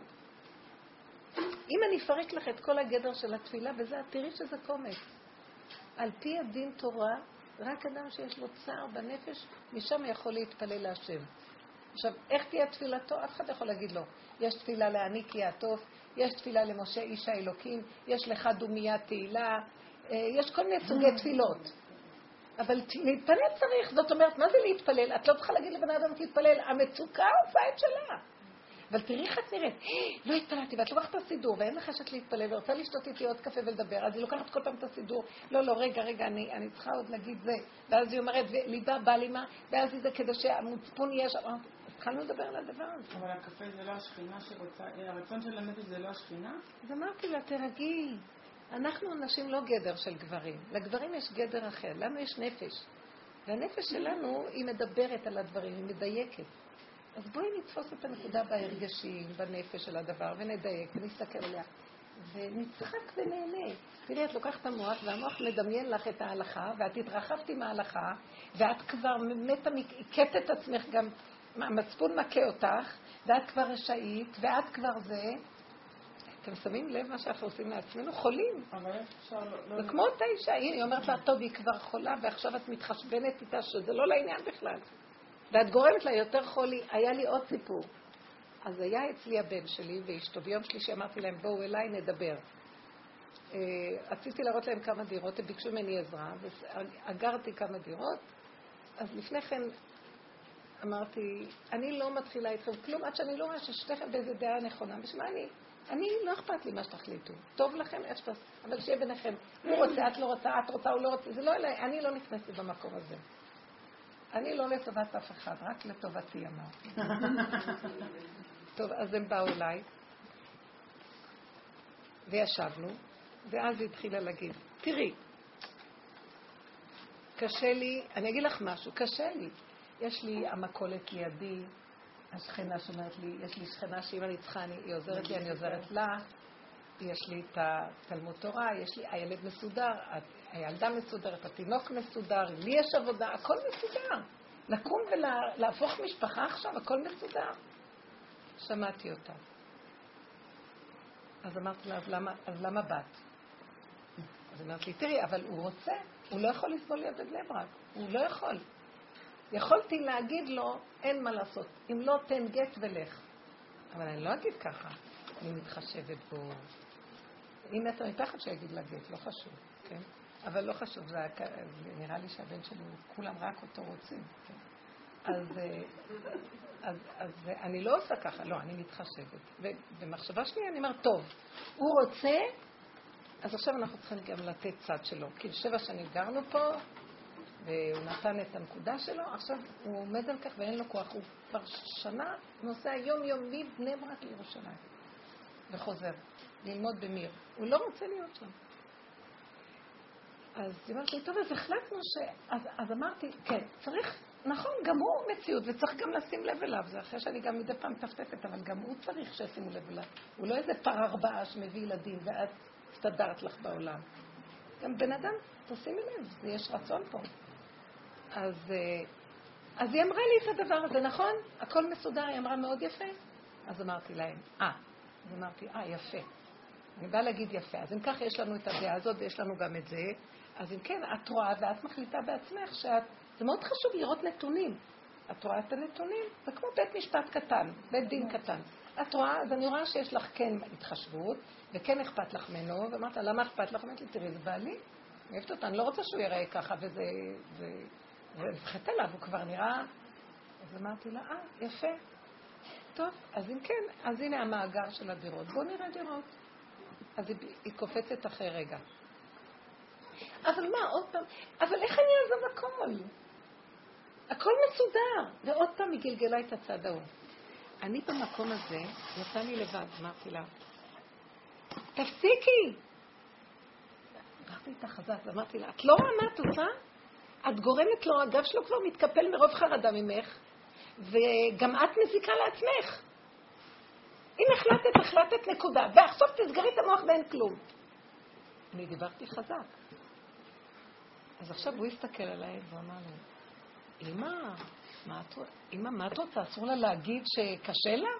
אם אני אפרק לך את כל הגדר של התפילה, וזה, תראי שזה קומץ. על פי הדין תורה, רק אדם שיש לו צער בנפש, משם יכול להתפלל להשם. עכשיו, איך תהיה תפילתו? אף אחד יכול להגיד לו. יש תפילה לעני כי יעטוף, יש תפילה למשה איש האלוקים, יש לך דומיה תהילה, יש כל מיני סוגי תפילות. אבל להתפלל צריך, זאת אומרת, מה זה להתפלל? את לא צריכה להגיד לבן אדם תתפלל, המצוקה עושה את שלה. אבל תראי איך את נראית, לא התפללתי, ואת לוקחת את הסידור, ואין לך שאת להתפלל, ורוצה לשתות איתי עוד קפה ולדבר, אז היא לוקחת כל פעם את הסידור, לא, לא, רגע, רגע, אני, אני צריכה עוד להגיד זה, ואז היא אומרת, ליבה בא לי מה, ואז היא זה כדי שהמוצפון יהיה שם, התחלנו לדבר על הדבר הזה. אבל הקפה זה לא השכינה שרוצה, הרצון של הנפש זה לא השכינה? אז אמרתי לה, תרגי, אנחנו אנשים לא גדר של גברים, לגברים יש גדר אחר, לנו יש נפש, והנפש שלנו היא מדברת על הדברים, היא מדייקת. אז בואי נתפוס את הנקודה בהרגשים, בנפש של הדבר, ונדייק, ונסתכל עליה. ונצחק ונהנה. תראי, את לוקחת את המוח, והמוח מדמיין לך את ההלכה, ואת התרחבת עם ההלכה, ואת כבר מתה, הכת את עצמך גם, המצפון מכה אותך, ואת כבר רשאית, ואת כבר זה. אתם שמים לב מה שאנחנו עושים לעצמנו? חולים. אבל אפשר לא... וכמו אותה אישה, היא אומרת לה, טוב, היא כבר חולה, ועכשיו את מתחשבנת איתה, שזה לא לעניין בכלל. ואת גורמת לה יותר חולי. היה לי עוד סיפור. אז היה אצלי הבן שלי ואשתו, ביום שלישי אמרתי להם, בואו אליי נדבר. רציתי להראות להם כמה דירות, הם ביקשו ממני עזרה, ואגרתי כמה דירות. אז לפני כן אמרתי, אני לא מתחילה איתכם כלום, עד שאני לא רואה ששתיכם באיזה דעה נכונה. בשביל אני, אני לא אכפת לי מה שתחליטו. טוב לכם, איך שתעשו, אבל שיהיה ביניכם. הוא רוצה, את לא רוצה, את רוצה, הוא לא רוצה. זה לא אליי, אני לא נכנסתי במקום הזה. אני לא לטובת אף אחד, רק לטובתי אמרתי. טוב, אז הם באו אליי, וישבנו, ואז היא התחילה להגיד, תראי, קשה לי, אני אגיד לך משהו, קשה לי. יש לי המקולת לידי, השכנה שאומרת לי, יש לי שכנה שאם אני צריכה, היא עוזרת לי, אני עוזרת לה, יש לי את התלמוד תורה, יש לי הילד מסודר, הילדה מסודרת, התינוק מסודר, לי יש עבודה, הכל מסודר. לקום ולהפוך משפחה עכשיו, הכל מסודר. שמעתי אותה. אז אמרתי לה, אז למה, אז למה בת? אז אמרתי לי, תראי, אבל הוא רוצה, הוא לא יכול לסבול להיות בבני ברק, הוא לא יכול. יכולתי להגיד לו, אין מה לעשות, אם לא תן גט ולך. אבל אני לא אגיד ככה, אני מתחשבת בו. אם אתה מתחת שיגיד לה גט, לא חשוב, כן? אבל לא חשוב, זה נראה לי שהבן שלי, כולם רק אותו רוצים, כן? אז, אז, אז אני לא עושה ככה, לא, אני מתחשבת. ובמחשבה שלי אני אומר, טוב, הוא רוצה, אז עכשיו אנחנו צריכים גם לתת צד שלו. כי שבע שנים גרנו פה, והוא נתן את הנקודה שלו, עכשיו הוא עומד על כך ואין לו כוח. הוא כבר שנה נוסע יום יום מבני ברק לירושלים, וחוזר ללמוד במיר. הוא לא רוצה להיות שם. אז אמרתי, טוב, אז החלטנו ש... אז, אז אמרתי, כן, צריך, נכון, גם הוא מציאות, וצריך גם לשים לב אליו. זה אחרי שאני גם מדי פעם טפטפת, אבל גם הוא צריך שישימו לב אליו. הוא לא איזה פר ארבעה שמביא ילדים, ואת הסתדרת לך בעולם. גם בן אדם, תשימי לב, יש רצון פה. אז, אז היא אמרה לי את הדבר הזה, נכון? הכל מסודר, היא אמרה מאוד יפה. אז אמרתי להם, אה. אז אמרתי, אה, יפה. אני באה להגיד יפה. אז אם כך יש לנו את הדעה הזאת ויש לנו גם את זה, אז אם כן, את רואה ואת מחליטה בעצמך שאת... זה מאוד חשוב לראות נתונים. את רואה את הנתונים, זה כמו בית משפט קטן, בית דין קטן. את רואה, אז אני רואה שיש לך כן התחשבות, וכן אכפת לך ממנו, ואמרת, למה אכפת לך? אמרת לי, תראי, זה בעלי, אני אוהבת אותה, אני לא רוצה שהוא יראה ככה, וזה, וחטא עליו, הוא כבר נראה, אז אמרתי לה, אה, יפה, טוב, אז אם כן, אז הנה המאגר של הדירות, בואו נראה דירות. אז היא, היא קופצת אחרי רגע. אבל מה, עוד פעם, אבל איך אני אעזוב הכל? הכל מסודר, ועוד פעם היא גלגלה את הצד ההוא. אני במקום הזה, יצא לי לבד, אמרתי לה, תפסיקי! אמרתי איתה חזק, אמרתי לה, את לא רואה מה את עושה? את גורמת לו, הגב שלו כבר מתקפל מרוב חרדה ממך, וגם את מזיקה לעצמך. אם החלטת, החלטת נקודה, ועכשיו תסגרי את המוח ואין כלום. אני דיברתי חזק. אז עכשיו הוא הסתכל עליי ואמר לי, אמא, מה את, אמא, מה את רוצה? אסור לה להגיד שקשה לה?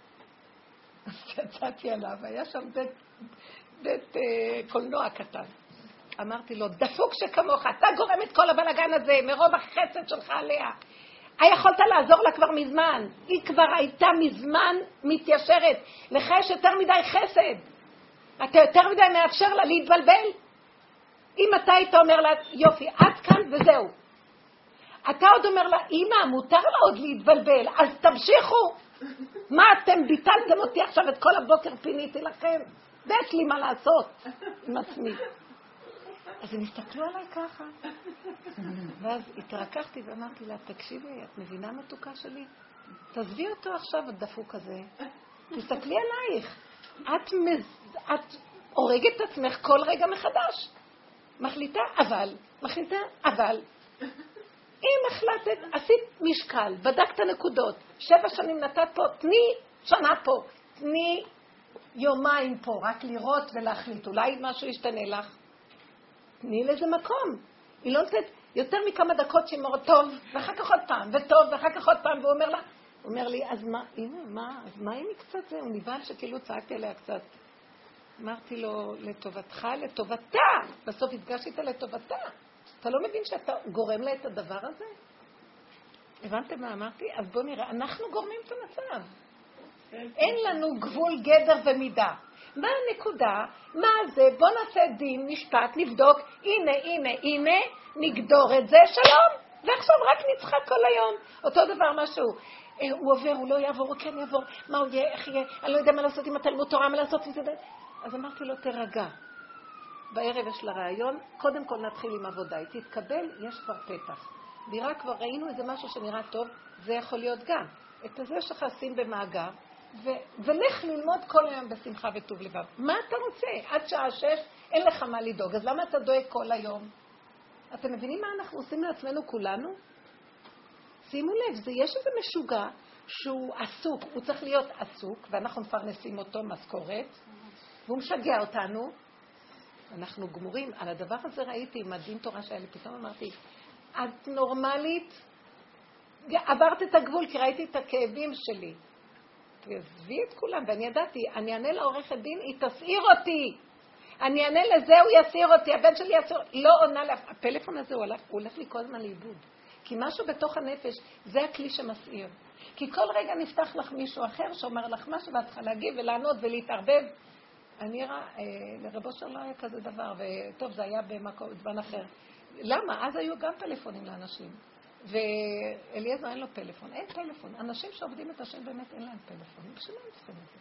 אז יצאתי עליו, היה שם בית, בית אה, קולנוע קטן. אמרתי לו, דפוק שכמוך, אתה גורם את כל הבלגן הזה, מרוב החסד שלך עליה. יכולת לעזור לה כבר מזמן, היא כבר הייתה מזמן מתיישרת, לך יש יותר מדי חסד, אתה יותר מדי מאפשר לה להתבלבל. אם אתה היית אומר לה, יופי, עד כאן וזהו. אתה עוד אומר לה, אמא, מותר לה עוד להתבלבל, אז תמשיכו. מה אתם ביטלתם אותי עכשיו את כל הבוקר פיניתי לכם? ויש לי מה לעשות עם עצמי. אז הם הסתכלו עליי ככה. ואז התרככתי ואמרתי לה, תקשיבי, את מבינה מתוקה שלי? תעזבי אותו עכשיו, הדפוק הזה. תסתכלי עלייך. את, מז... את הורגת את עצמך כל רגע מחדש. מחליטה, אבל, מחליטה, אבל. אם החלטת, עשית משקל, בדקת נקודות, שבע שנים נתת פה, תני שנה פה, תני יומיים פה, רק לראות ולהחליט. אולי משהו ישתנה לך. תני לזה מקום. היא לא נתת יותר מכמה דקות שהיא מאוד טוב, ואחר כך עוד פעם, וטוב, ואחר כך עוד פעם, והוא אומר לה, הוא אומר לי, אז מה, הנה, מה, אז מה אם היא קצת זה? הוא נבהל שכאילו צעקתי עליה קצת. אמרתי לו, לטובתך, לטובתה. בסוף התגשתי איתה לטובתה. אתה לא מבין שאתה גורם לה את הדבר הזה? הבנתם מה אמרתי? אז בוא נראה, אנחנו גורמים את המצב. אין לנו גבול, גדר ומידה. מה הנקודה? מה זה? בוא נעשה דין, משפט, נבדוק, הנה, הנה, הנה, נגדור את זה, שלום. ועכשיו רק נצחק כל היום. אותו דבר משהו. הוא עובר, הוא לא יעבור, הוא כן יעבור. מה הוא יהיה, איך יהיה? אני לא יודע מה לעשות עם התלמוד תורה, מה לעשות עם זה. אז אמרתי לו, תרגע. בערב יש לה רעיון, קודם כל נתחיל עם עבודה. היא תתקבל, יש כבר פתח. נראה כבר, ראינו איזה משהו שנראה טוב, זה יכול להיות גם. את הזה שלך שים במאגר, ו- ולך ללמוד כל היום בשמחה וטוב לבב. מה אתה רוצה? עד שעה שש אין לך מה לדאוג. אז למה אתה דואג כל היום? אתם מבינים מה אנחנו עושים לעצמנו כולנו? שימו לב, זה יש איזה משוגע שהוא עסוק, הוא צריך להיות עסוק, ואנחנו מפרנסים אותו משכורת, והוא משגע אותנו. אנחנו גמורים. על הדבר הזה ראיתי עם הדין תורה שהיה לי, פתאום אמרתי, את נורמלית? עברת את הגבול כי ראיתי את הכאבים שלי. תעזבי את כולם, ואני ידעתי, אני אענה לעורכת דין, היא תסעיר אותי. אני אענה לזה, הוא יסעיר אותי, הבן שלי יסעיר אותי. לא עונה לה, הפלאפון הזה הוא הולך, הוא הולך לי כל הזמן לאיבוד. כי משהו בתוך הנפש, זה הכלי שמסעיר. כי כל רגע נפתח לך מישהו אחר שאומר לך משהו, ואת צריכה להגיב ולענות ולהתערבב. אני ראה, אה, לרבו שלא היה כזה דבר, וטוב, זה היה במקום, זמן אחר. למה? אז היו גם פלאפונים לאנשים. ואליעזר אין לו פלאפון. אין פלאפון. אנשים שעובדים את השם באמת אין להם פלאפון. בשביל מה הם צריכים את זה?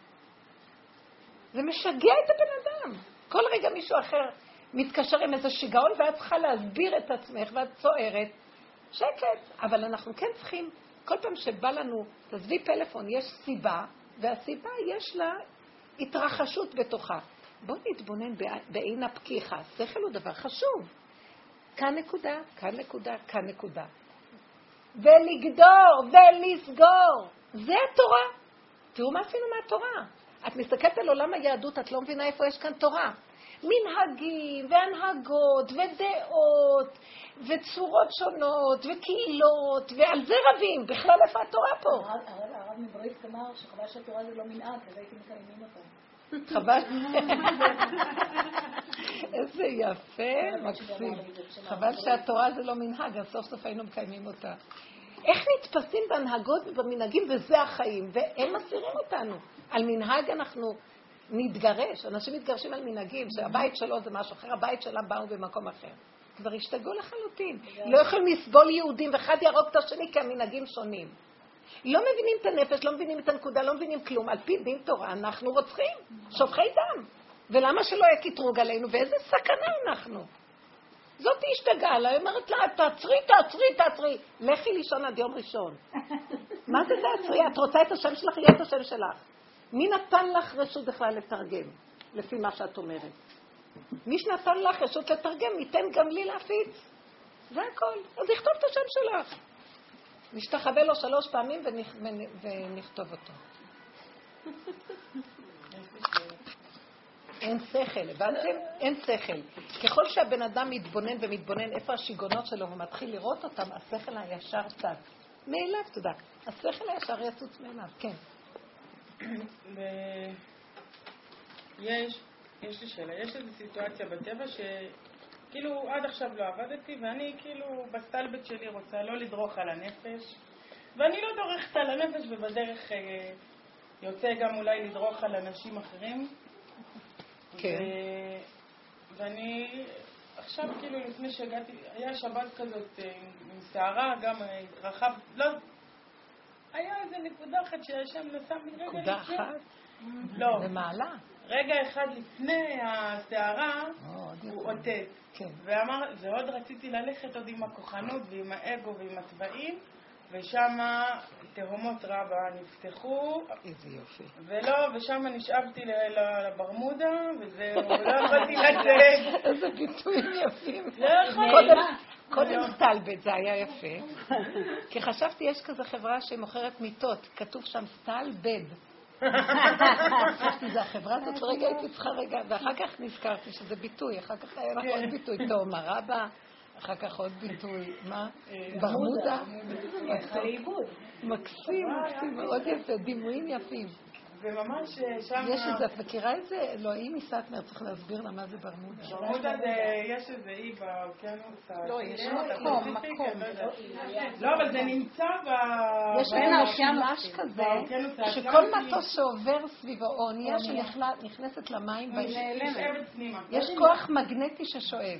זה משגע את הבן אדם. כל רגע מישהו אחר מתקשר עם איזה שיגעון, ואת צריכה להסביר את עצמך, ואת צוערת. שקט. אבל אנחנו כן צריכים, כל פעם שבא לנו, תעזבי פלאפון, יש סיבה, והסיבה יש לה התרחשות בתוכה. בוא נתבונן בעין הפקיחה. שכל הוא דבר חשוב. כאן נקודה, כאן נקודה, כאן נקודה. ולגדור, ולסגור. זה התורה. תראו מה עשינו מהתורה. את מסתכלת על עולם היהדות, את לא מבינה איפה יש כאן תורה. מנהגים, והנהגות, ודעות, וצורות שונות, וקהילות, ועל זה רבים. בכלל איפה התורה פה? הרב מבריסק אמר שחבל שהתורה זה לא מנהג, אז הייתי מקיימים אותה. חבל. איזה יפה, מקסים. חבל שהתורה זה לא מנהג, אז סוף סוף היינו מקיימים אותה. איך נתפסים בהנהגות ובמנהגים, וזה החיים, והם מסירים אותנו. על מנהג אנחנו נתגרש, אנשים מתגרשים על מנהגים, שהבית שלו זה משהו אחר, הבית שלה באו במקום אחר. כבר השתגעו לחלוטין. לא יכולים לסבול יהודים, ואחד ירוק את השני כי המנהגים שונים. לא מבינים את הנפש, לא מבינים את הנקודה, לא מבינים כלום. על פי דין תורה אנחנו רוצחים, שופכי דם. ולמה שלא יהיה קטרוג עלינו? ואיזה סכנה אנחנו? זאת השתגעה לה, היא אומרת לה, תעצרי, תעצרי, תעצרי. לכי לישון עד יום ראשון. מה זה תעצרי? את רוצה את השם שלך? יהיה את השם שלך. מי נתן לך רשות בכלל לתרגם, לפי מה שאת אומרת? מי שנתן לך רשות לתרגם, ניתן גם לי להפיץ. זה הכל. אז נכתוב את השם שלך. נשתחווה לו שלוש פעמים ונכ... ונכתוב אותו. אין שכל, הבנתם? אין שכל. ככל שהבן אדם מתבונן ומתבונן איפה השיגונות שלו, הוא מתחיל לראות אותם, השכל הישר צץ. מאליו, תודה. השכל הישר יצוץ מאליו, כן. יש, יש לי שאלה, יש איזו סיטואציה בטבע שכאילו עד עכשיו לא עבדתי, ואני כאילו בסטלבט שלי רוצה לא לדרוך על הנפש, ואני לא דורכת על הנפש, ובדרך אה, יוצא גם אולי לדרוך על אנשים אחרים. כן. ו... ואני עכשיו כאילו לפני שהגעתי, היה שבת כזאת עם שערה, גם התרחב, לא, היה איזה נקודה אחת שהשם נסע מרגע לפני. נקודה אחת? לא. במעלה? רגע אחד לפני השערה הוא עוטט. כן. ואמר, ועוד רציתי ללכת עוד עם הכוחנות ועם האגו ועם הצבעים, ושם תהומות רבה נפתחו. איזה יופי. ולא, ושם נשאבתי לברמודה, וזהו, לא יכולתי לצאת. איזה ביטויים יפים. לא יכולתי. קודם סטלבט, זה היה יפה. כי חשבתי, יש כזה חברה שמוכרת מיטות, כתוב שם סטלבט. חשבתי, זה החברה הזאת, ורגע הייתי צריכה רגע, ואחר כך נזכרתי שזה ביטוי, אחר כך היה לך עוד ביטוי, תאומה רבה, אחר כך עוד ביטוי, מה? ברמודה. מקסים, מקסים, מאוד יפה, דימויים יפים. וממש שם... יש איזה, את מכירה את זה? לא, היא מסתמר, צריך להסביר לה מה זה ברמודה. ברמודה זה, יש איזה אי באוקיינוס. לא, יש מקום, מקום. לא, אבל זה נמצא ב... יש משולש כזה, שכל מטוס שעובר סביבו אונייה שנכנסת למים, יש כוח מגנטי ששואב.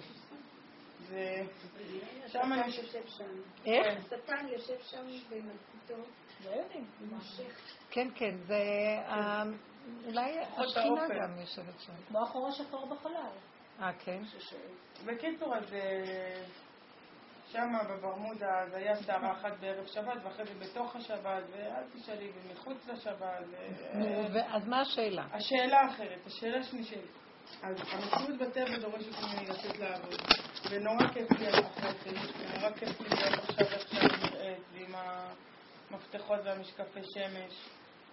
השטן יושב שם. איך? השטן יושב שם במלכותו. לא יודעים, הוא מושך. כן, כן, זה אולי השכינה גם יושבת שם. כמו אחורה שחור בחלל. אה, כן? בקיצור, אז שם בברמודה זה היה שערה אחת בערב שבת, ואחרי זה בתוך השבת, ואל תשאלי, ומחוץ לשבת. אז מה השאלה? השאלה אחרת, השאלה שנשאלת. אז המציאות בטבע דורשת ממני לצאת לעבוד, ונורא כיף לי אחרי זה, ונורא כיף לי להיות עכשיו איך שאני נראית, ועם המפתחות והמשקפי שמש,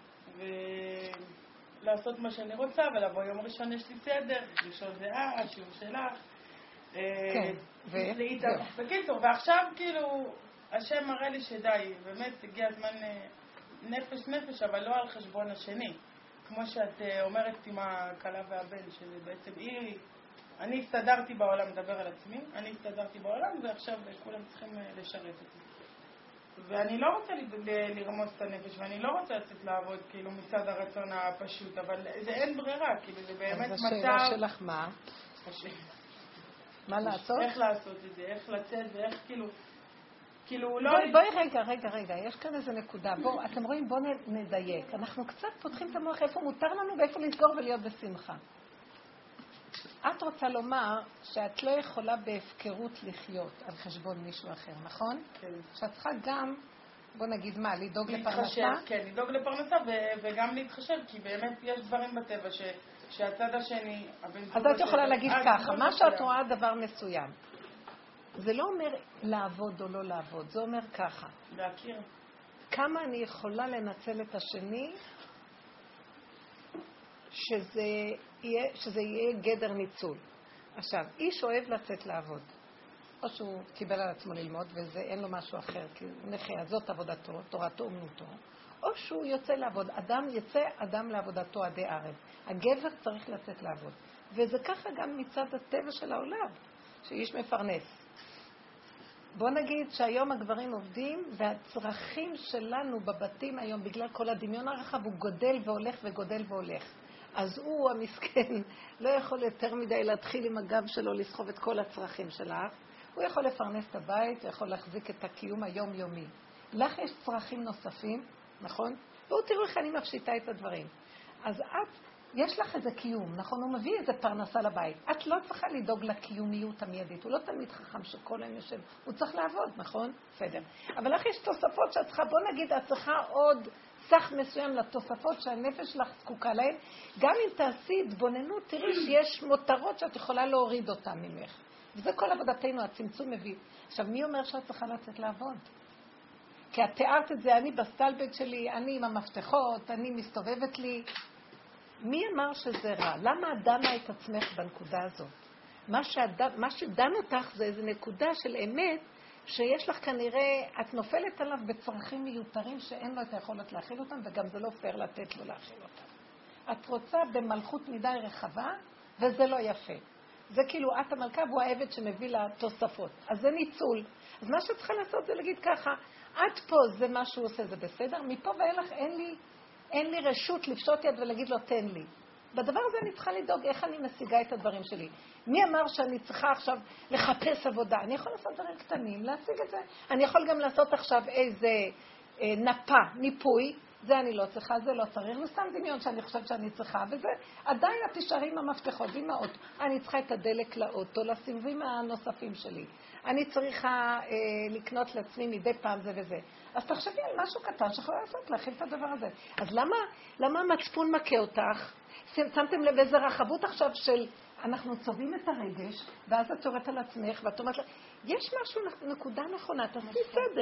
ולעשות מה שאני רוצה, ולבוא יום ראשון יש לי סדר, ראשון זה אה, שיעור שלך. כן, ו... בקיצור, ועכשיו כאילו, השם מראה לי שדי, באמת הגיע הזמן נפש נפש, אבל לא על חשבון השני. כמו שאת אומרת עם הכלה והבן, שזה בעצם היא, אני הסתדרתי בעולם, מדבר על עצמי, אני הסתדרתי בעולם, ועכשיו כולם צריכים לשרת אותי. ואני לא רוצה לרמוס את הנפש, ואני לא רוצה לצאת לעבוד כאילו מצד הרצון הפשוט, אבל זה אין ברירה, כאילו זה באמת מצב... אז השאלה שלך מה? מה לעשות? איך לעשות את זה, איך לצאת ואיך כאילו... כאילו לא... בואי, בואי רגע, רגע, רגע, יש כאן איזו נקודה. בואו, אתם רואים, בואו נדייק. אנחנו קצת פותחים את המוח איפה מותר לנו ואיפה לסגור ולהיות בשמחה. את רוצה לומר שאת לא יכולה בהפקרות לחיות על חשבון מישהו אחר, נכון? כן. שאת צריכה גם, בוא נגיד מה, לדאוג לפרנסה? להתחשב, כן, לדאוג לפרנסה וגם להתחשב, כי באמת יש דברים בטבע שהצד השני... אז את יכולה להגיד ככה, מה שאת רואה דבר מסוים. זה לא אומר לעבוד או לא לעבוד, זה אומר ככה. להכיר. כמה אני יכולה לנצל את השני שזה יהיה, שזה יהיה גדר ניצול. עכשיו, איש אוהב לצאת לעבוד. או שהוא קיבל על עצמו ללמוד וזה אין לו משהו אחר, כי הוא נכה, אז זאת עבודתו, תורתו אומנותו. או שהוא יוצא לעבוד. אדם יצא אדם לעבודתו עדי ערב. הגבר צריך לצאת לעבוד. וזה ככה גם מצד הטבע של העולם, שאיש מפרנס. בוא נגיד שהיום הגברים עובדים, והצרכים שלנו בבתים היום, בגלל כל הדמיון הרחב, הוא גודל והולך וגודל והולך. אז הוא, המסכן, לא יכול יותר מדי להתחיל עם הגב שלו לסחוב את כל הצרכים שלך. הוא יכול לפרנס את הבית, הוא יכול להחזיק את הקיום היומיומי. לך יש צרכים נוספים, נכון? בואו תראו איך אני מפשיטה את הדברים. אז את, יש לך איזה קיום, נכון? הוא מביא איזה פרנסה לבית. את לא צריכה לדאוג לקיומיות המיידית. הוא לא תמיד חכם שכל היום יושב. הוא צריך לעבוד, נכון? בסדר. אבל לך יש תוספות שאת צריכה, בוא נגיד, את צריכה עוד סך מסוים לתוספות שהנפש לך זקוקה להן. גם אם תעשי התבוננות, תראי שיש מותרות שאת יכולה להוריד אותן ממך. וזה כל עבודתנו, הצמצום מביא. עכשיו, מי אומר שאת צריכה לצאת לעבוד? כי את תיארת את זה, אני בסטלבט שלי, אני עם המפתחות, אני מסתובבת לי. מי אמר שזה רע? למה דנה את עצמך בנקודה הזאת? מה, שעד... מה שדן אותך זה איזו נקודה של אמת, שיש לך כנראה, את נופלת עליו בצרכים מיותרים שאין לו את היכולת להכיל אותם, וגם זה לא פייר לתת לו להכיל אותם. את רוצה במלכות מדי רחבה, וזה לא יפה. זה כאילו את המלכה והוא העבד שמביא לה תוספות. אז זה ניצול. אז מה שאת צריכה לעשות זה להגיד ככה, עד פה זה מה שהוא עושה, זה בסדר? מפה ואילך אין לי, אין לי רשות לפשוט יד ולהגיד לו תן לי. בדבר הזה אני צריכה לדאוג איך אני משיגה את הדברים שלי. מי אמר שאני צריכה עכשיו לחפש עבודה? אני יכול לעשות דברים קטנים, להשיג את זה. אני יכול גם לעשות עכשיו איזה אה, נפה, ניפוי, זה אני לא צריכה, זה לא צריך, וסתם דמיון שאני חושבת שאני צריכה, וזה עדיין את תשארי עם המפתחות, עם האוטו. אני צריכה את הדלק לאוטו, לסיבובים הנוספים שלי. אני צריכה אה, לקנות לעצמי מדי פעם זה וזה. אז תחשבי על משהו קטן שיכולה לעשות, להכיל את הדבר הזה. אז למה, למה המצפון מכה אותך? שמתם לב איזה רחבות עכשיו של אנחנו צובעים את הרגש, ואז את יורדת על עצמך, ואת אומרת לה, יש משהו, נקודה נכונה, תעשי סדר.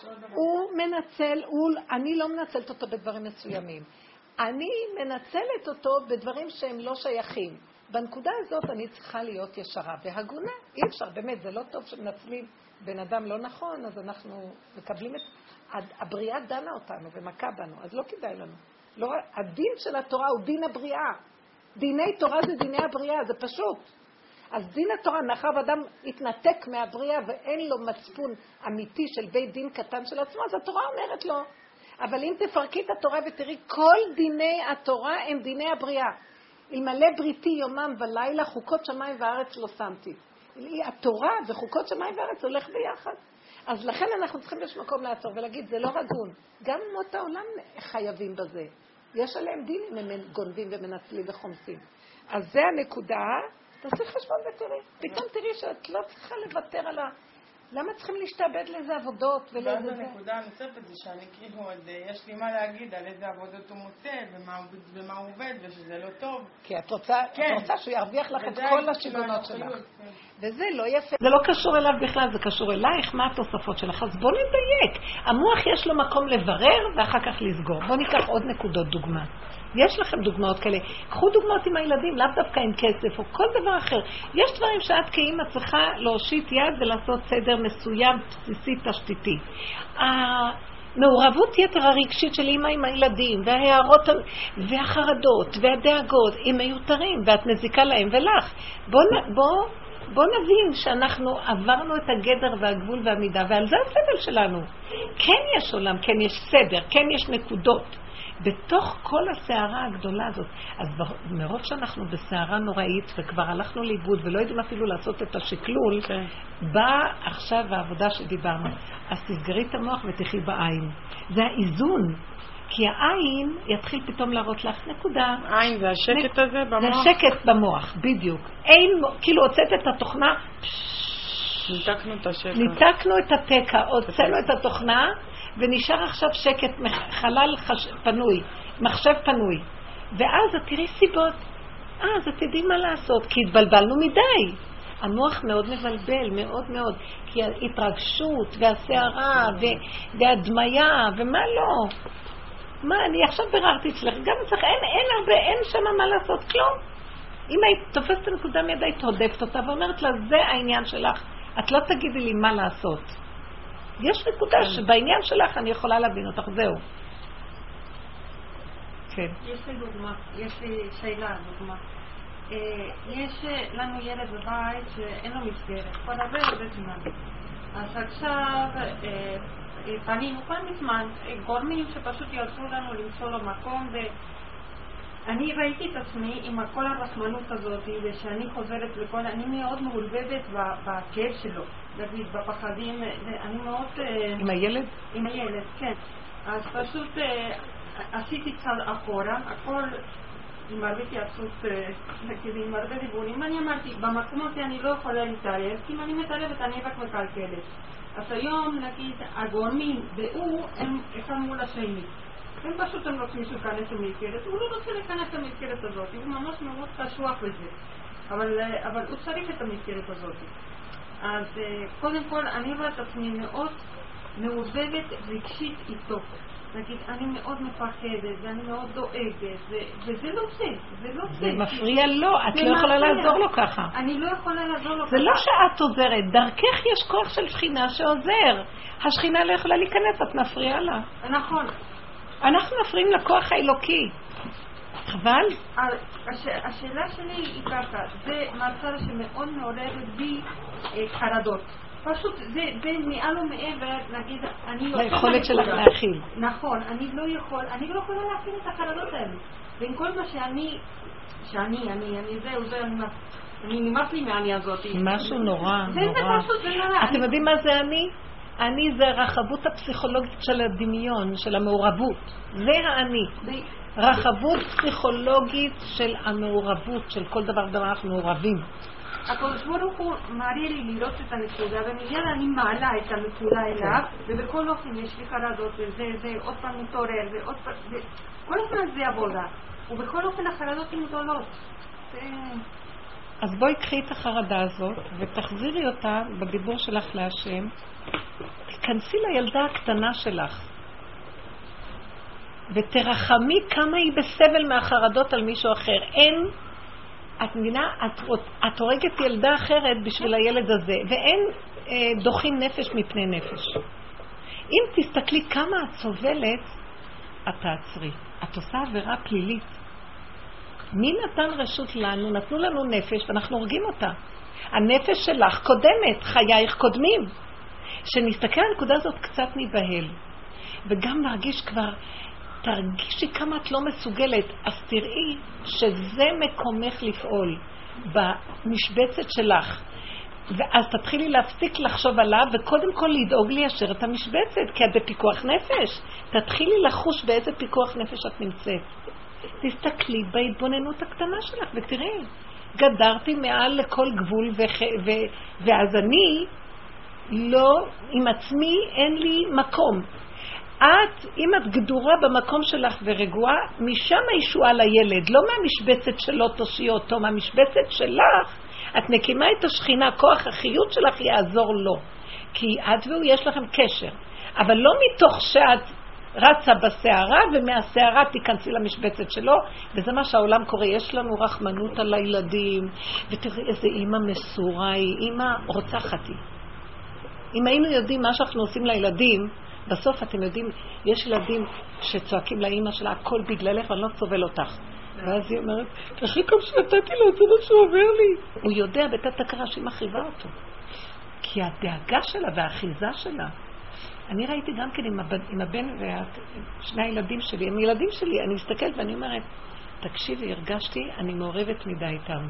הוא מנצל, הוא, אני לא מנצלת אותו בדברים מסוימים. אני מנצלת אותו בדברים שהם לא שייכים. בנקודה הזאת אני צריכה להיות ישרה והגונה. אי אפשר, באמת, זה לא טוב שמנצלים בן אדם לא נכון, אז אנחנו מקבלים את... הבריאה דנה אותנו ומכה בנו, אז לא כדאי לנו. לא, הדין של התורה הוא דין הבריאה. דיני תורה זה דיני הבריאה, זה פשוט. אז דין התורה, מאחר ואדם התנתק מהבריאה ואין לו מצפון אמיתי של בית דין קטן של עצמו, אז התורה אומרת לו. אבל אם תפרקי את התורה ותראי, כל דיני התורה הם דיני הבריאה. אלמלא בריתי יומם ולילה, חוקות שמיים וארץ לא שמתי. התורה וחוקות שמיים וארץ הולך ביחד. אז לכן אנחנו צריכים יש מקום לעצור ולהגיד, זה לא רגון. גם מות העולם חייבים בזה. יש עליהם דינים, הם גונבים ומנצלים וחומסים. אז זה הנקודה, תעשי חשבון ותראי. פתאום תראי שאת לא צריכה לוותר על ה... למה צריכים להשתעבד לאיזה עבודות ולאיזה ואז זה? הנקודה הנוספת זה שאני כאילו עוד, יש לי מה להגיד על איזה עבודות הוא מוצא ומה, ומה הוא עובד ושזה לא טוב. כי את רוצה, כן. את רוצה שהוא ירוויח לך את וזה כל כאילו השיגונות שלך. הנוחיות, כן. וזה לא יפה. זה לא קשור אליו בכלל, זה קשור אלייך, מה התוספות שלך. אז בוא נדייק. המוח יש לו מקום לברר ואחר כך לסגור. בוא ניקח עוד נקודות דוגמה. יש לכם דוגמאות כאלה. קחו דוגמאות עם הילדים, לאו דווקא עם כסף או כל דבר אחר. יש דברים שאת כאמא צריכה להושיט יד ולעשות סדר מסוים, בסיסי, תשתיתי. המעורבות יתר הרגשית של אמא עם הילדים, וההערות והחרדות והדאגות, הם מיותרים, ואת מזיקה להם ולך. בוא, בוא, בוא נבין שאנחנו עברנו את הגדר והגבול והמידה, ועל זה הסבל שלנו. כן יש עולם, כן יש סדר, כן יש נקודות. בתוך כל הסערה הגדולה הזאת, אז מרוב שאנחנו בסערה נוראית וכבר הלכנו לאיבוד ולא יודעים אפילו לעשות את השקלול, okay. באה עכשיו העבודה שדיברנו. אז תסגרי את המוח ותחי בעין. זה האיזון, כי העין יתחיל פתאום להראות לך נקודה. העין זה השקט נק... הזה במוח? זה השקט במוח, בדיוק. אין, כאילו הוצאת את התוכנה, ניתקנו את השקט. ניתקנו את התקע, הוצאנו את התוכנה, ונשאר עכשיו שקט, חלל חש... פנוי, מחשב פנוי. ואז את תראי סיבות. אה, אז את תדעי מה לעשות, כי התבלבלנו מדי. המוח מאוד מבלבל, מאוד מאוד. כי ההתרגשות והסערה ו... והדמיה ומה לא. מה, אני עכשיו בררתי אצלך, גם אצלך, אין, אין הרבה, אין שם מה לעשות, כלום. אם היית תופסת הנקודה מידי, תהודפת אותה ואומרת לה, זה העניין שלך. את לא תגידי לי מה לעשות. יש נקודה שבעניין שלך אני יכולה להבין אותך, זהו. כן. יש לי דוגמה, יש לי שאלה, דוגמה. יש לנו ילד בבית שאין לו מסגרת, כבר הרבה הרבה זמן. אז עכשיו פנינו כל מזמן גורמים שפשוט יעזרו לנו למצוא לו מקום, ואני ראיתי את עצמי עם כל הרחמנות הזאת, ושאני חוזרת לכל, אני מאוד מעולבבת בכאב שלו, דוד, בפחדים, אני מאוד... עם הילד? עם הילד, כן. אז פשוט עשיתי צד אחורה, הכל עם הרבה התייעצות, עם הרבה דיבורים. אני אמרתי, במקום הזה אני לא יכולה להתערב, כי אם אני מתערבת אני רק מקלקלת. אז היום, נגיד, הגורמים והוא הם אחד מול השני. הם פשוט הם רוצים שהוא יכנס למסגרת, הוא לא רוצה להיכנס למסגרת הזאת, הוא ממש מאוד קשוח לזה. אבל, אבל הוא צריך את המסגרת הזאת. אז קודם כל אני רואה את עצמי מאוד מעורבבת רגשית איתו. נגיד, אני מאוד מפחדת, ואני מאוד דואגת, וזה לא זה, זה לא זה. זה מפריע לו, את לא יכולה לעזור לו ככה. אני לא יכולה לעזור לו ככה. זה לא שאת עוזרת, דרכך יש כוח של שכינה שעוזר. השכינה לא יכולה להיכנס, את מפריעה לה. נכון. אנחנו מפריעים לכוח האלוקי. חבל? השאלה שלי היא ככה, זה מצב שמאוד מעוררת בי חרדות. פשוט זה, זה מעל ומעבר, נגיד, אני... ליכולת שלך להכיל. נכון, אני לא יכול, אני לא יכולה להכיל את החרדות האלה. ועם כל מה שאני, שאני, אני, אני זהו, זהו, אני, אני נמאס לי מהאני הזאת. משהו נורא, זה נורא. זה פשוט, זה נורא. אתם יודעים מה זה אני? אני זה הרחבות הפסיכולוגית של הדמיון, של המעורבות. זה האני. רחבות פסיכולוגית של המעורבות, של כל דבר דבר אנחנו מעורבים. הקדוש ברוך הוא מראה לי לראות את הנקודה, ומיד אני מעלה את הנקודה אליו, ובכל אופן יש לי חרדות, וזה, זה, עוד פעם מתעורר, ועוד פעם, כל הזמן זה עבודה, ובכל אופן החרדות הן גדולות. אז בואי קחי את החרדה הזאת, ותחזירי אותה בדיבור שלך להשם, תכנסי לילדה הקטנה שלך, ותרחמי כמה היא בסבל מהחרדות על מישהו אחר. אין, את מבינה, את, את הורגת ילדה אחרת בשביל הילד הזה, ואין אה, דוחים נפש מפני נפש. אם תסתכלי כמה את סובלת, את תעצרי. את עושה עבירה פלילית. מי נתן רשות לנו? נתנו לנו נפש ואנחנו הורגים אותה. הנפש שלך קודמת, חייך קודמים. שנסתכל על הנקודה הזאת קצת נבהל, וגם נרגיש כבר, תרגישי כמה את לא מסוגלת, אז תראי שזה מקומך לפעול במשבצת שלך, ואז תתחילי להפסיק לחשוב עליו, וקודם כל לדאוג ליישר את המשבצת, כי את בפיקוח נפש. תתחילי לחוש באיזה פיקוח נפש את נמצאת. תסתכלי בהתבוננות הקטנה שלך ותראי, גדרתי מעל לכל גבול, וח... ו... ואז אני לא, עם עצמי אין לי מקום. את, אם את גדורה במקום שלך ורגועה, משם הישועה לילד, לא מהמשבצת שלו תושי אותו, מהמשבצת שלך, את מקימה את השכינה, כוח החיות שלך יעזור לו. כי את והוא יש לכם קשר, אבל לא מתוך שאת רצה בסערה, ומהסערה תיכנסי למשבצת שלו, וזה מה שהעולם קורא. יש לנו רחמנות על הילדים, ותראי איזה אימא מסורה היא, אימא רוצחת היא. אם היינו יודעים מה שאנחנו עושים לילדים, בסוף אתם יודעים, יש ילדים שצועקים לאמא שלה, הכל בגללך ואני לא סובל אותך. ואז היא אומרת, תחי כמו שנתתי לו, זה מה שהוא אומר לי. הוא יודע בתת הכרה שהיא מחריבה אותו. כי הדאגה שלה והאחיזה שלה, אני ראיתי גם כן עם הבן, עם הבן ושני הילדים שלי, הם ילדים שלי, אני מסתכלת ואני אומרת, תקשיבי, הרגשתי, אני מעורבת מדי איתם.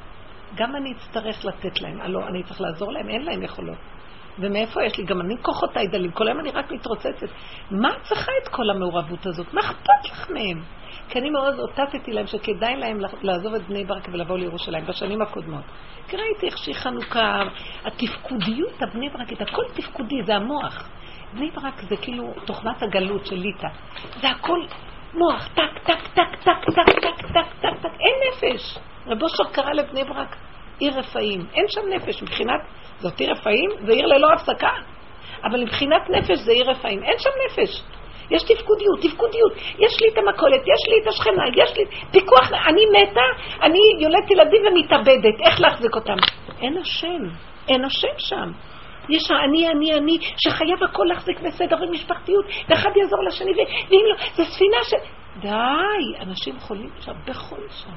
גם אני אצטרך לתת להם, לא, אני צריך לעזור להם, אין להם יכולות. ומאיפה יש לי? גם אני כוחותיי דלים, כל היום אני רק מתרוצצת. מה צריכה את כל המעורבות הזאת? מה אכפת לך מהם? כי אני מאוד אותתתי להם שכדאי להם לעזוב את בני ברק ולבוא לירושלים בשנים הקודמות. כי ראיתי איך שהיא חנוכה, התפקודיות, הבני ברקית, הכל תפקודי, זה המוח. בני ברק זה כאילו תוכנת הגלות של ליטה. זה הכל מוח, טק, טק, טק, טק, טק, טק, טק, טק, טק, אין נפש. רבו שר קרא לבני ברק עיר רפאים. אין שם נפש, מבחינת זאת עיר רפאים, זה עיר ללא הפסקה. אבל מבחינת נפש זה עיר רפאים. אין שם נפש. יש תפקודיות, תפקודיות. יש לי את המקולת, יש לי את השכנה, יש לי פיקוח. אני מתה, אני יולדת ילדים ומתאבדת. איך להחזיק אותם? אין השם. אין השם שם. יש האני, אני, אני, שחייב הכל להחזיק בסדר ומשפחתיות, ואחד יעזור לשני, ואם לא, זה ספינה ש... די, אנשים חולים שם, בכל שם.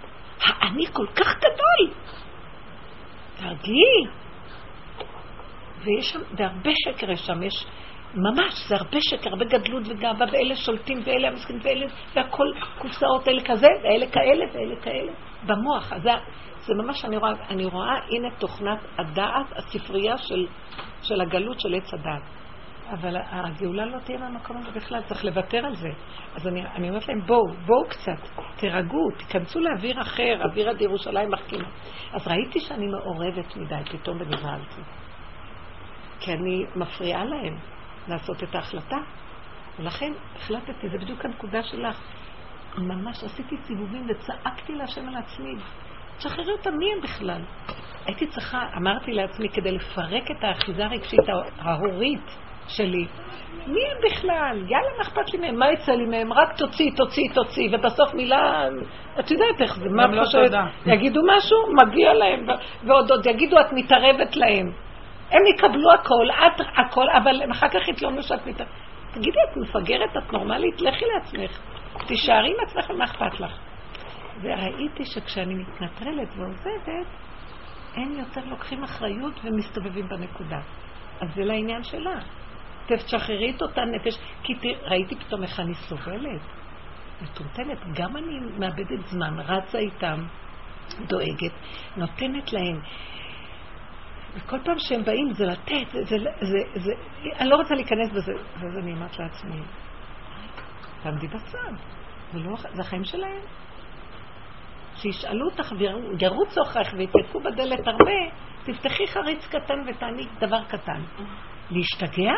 האני כל כך גדול. תרגיעי. ויש שם, והרבה שקר יש שם, יש ממש, זה הרבה שקר, הרבה גדלות וגאווה, ואלה שולטים, ואלה המסכנים, ואלה, והכל קופסאות, אלה כזה, ואלה כאלה, ואלה כאלה, במוח. אז זה, זה ממש, אני רואה, אני רואה, הנה תוכנת הדעת, הספרייה של, של הגלות של עץ הדעת. אבל הגאולה לא תהיה מהמקום הזה בכלל, צריך לוותר על זה. אז אני, אני אומרת להם, בואו, בואו קצת, תרגעו, תיכנסו לאוויר אחר, אוויר עד ירושלים מחכימה. אז ראיתי שאני מעורבת מדי, פתאום ונבהלתי. כי אני מפריעה להם לעשות את ההחלטה. ולכן החלטתי, זה בדיוק הנקודה שלך. ממש עשיתי סיבובים וצעקתי להשם על עצמי. תשחררי אותם, מי הם בכלל? הייתי צריכה, אמרתי לעצמי, כדי לפרק את האחיזה הרגשית ההורית שלי. מי הם בכלל? יאללה, מה אכפת לי מהם? מה יצא לי מהם? רק תוציא, תוציא, תוציא, ובסוף מילה, את יודעת איך זה, מה לא חושבת? יגידו משהו, מגיע להם, ועוד עוד יגידו, את מתערבת להם. הם יקבלו הכל, את הכל, אבל אחר כך יתלונו שאת מתערבת. תגידי, את מפגרת, את נורמלית, לכי לעצמך. תישארי עם עצמך ומה אכפת לך. וראיתי שכשאני מתנטרלת ועוזבת, אין יותר לוקחים אחריות ומסתובבים בנקודה. אז זה לעניין שלה. תשחררי את אותה נפש, כי ראיתי פתאום איך אני סובלת. מטומטמת, גם אני מאבדת זמן, רצה איתם, דואגת, נותנת להם. וכל פעם שהם באים זה לתת, זה, זה, זה, זה, אני לא רוצה להיכנס בזה, וזה נעימת לעצמי. תעמדי בצד, זה, לא, זה החיים שלהם. שישאלו אותך וירוצו אחריך ויתקעו בדלת הרבה, תפתחי חריץ קטן ותעני דבר קטן. להשתגע?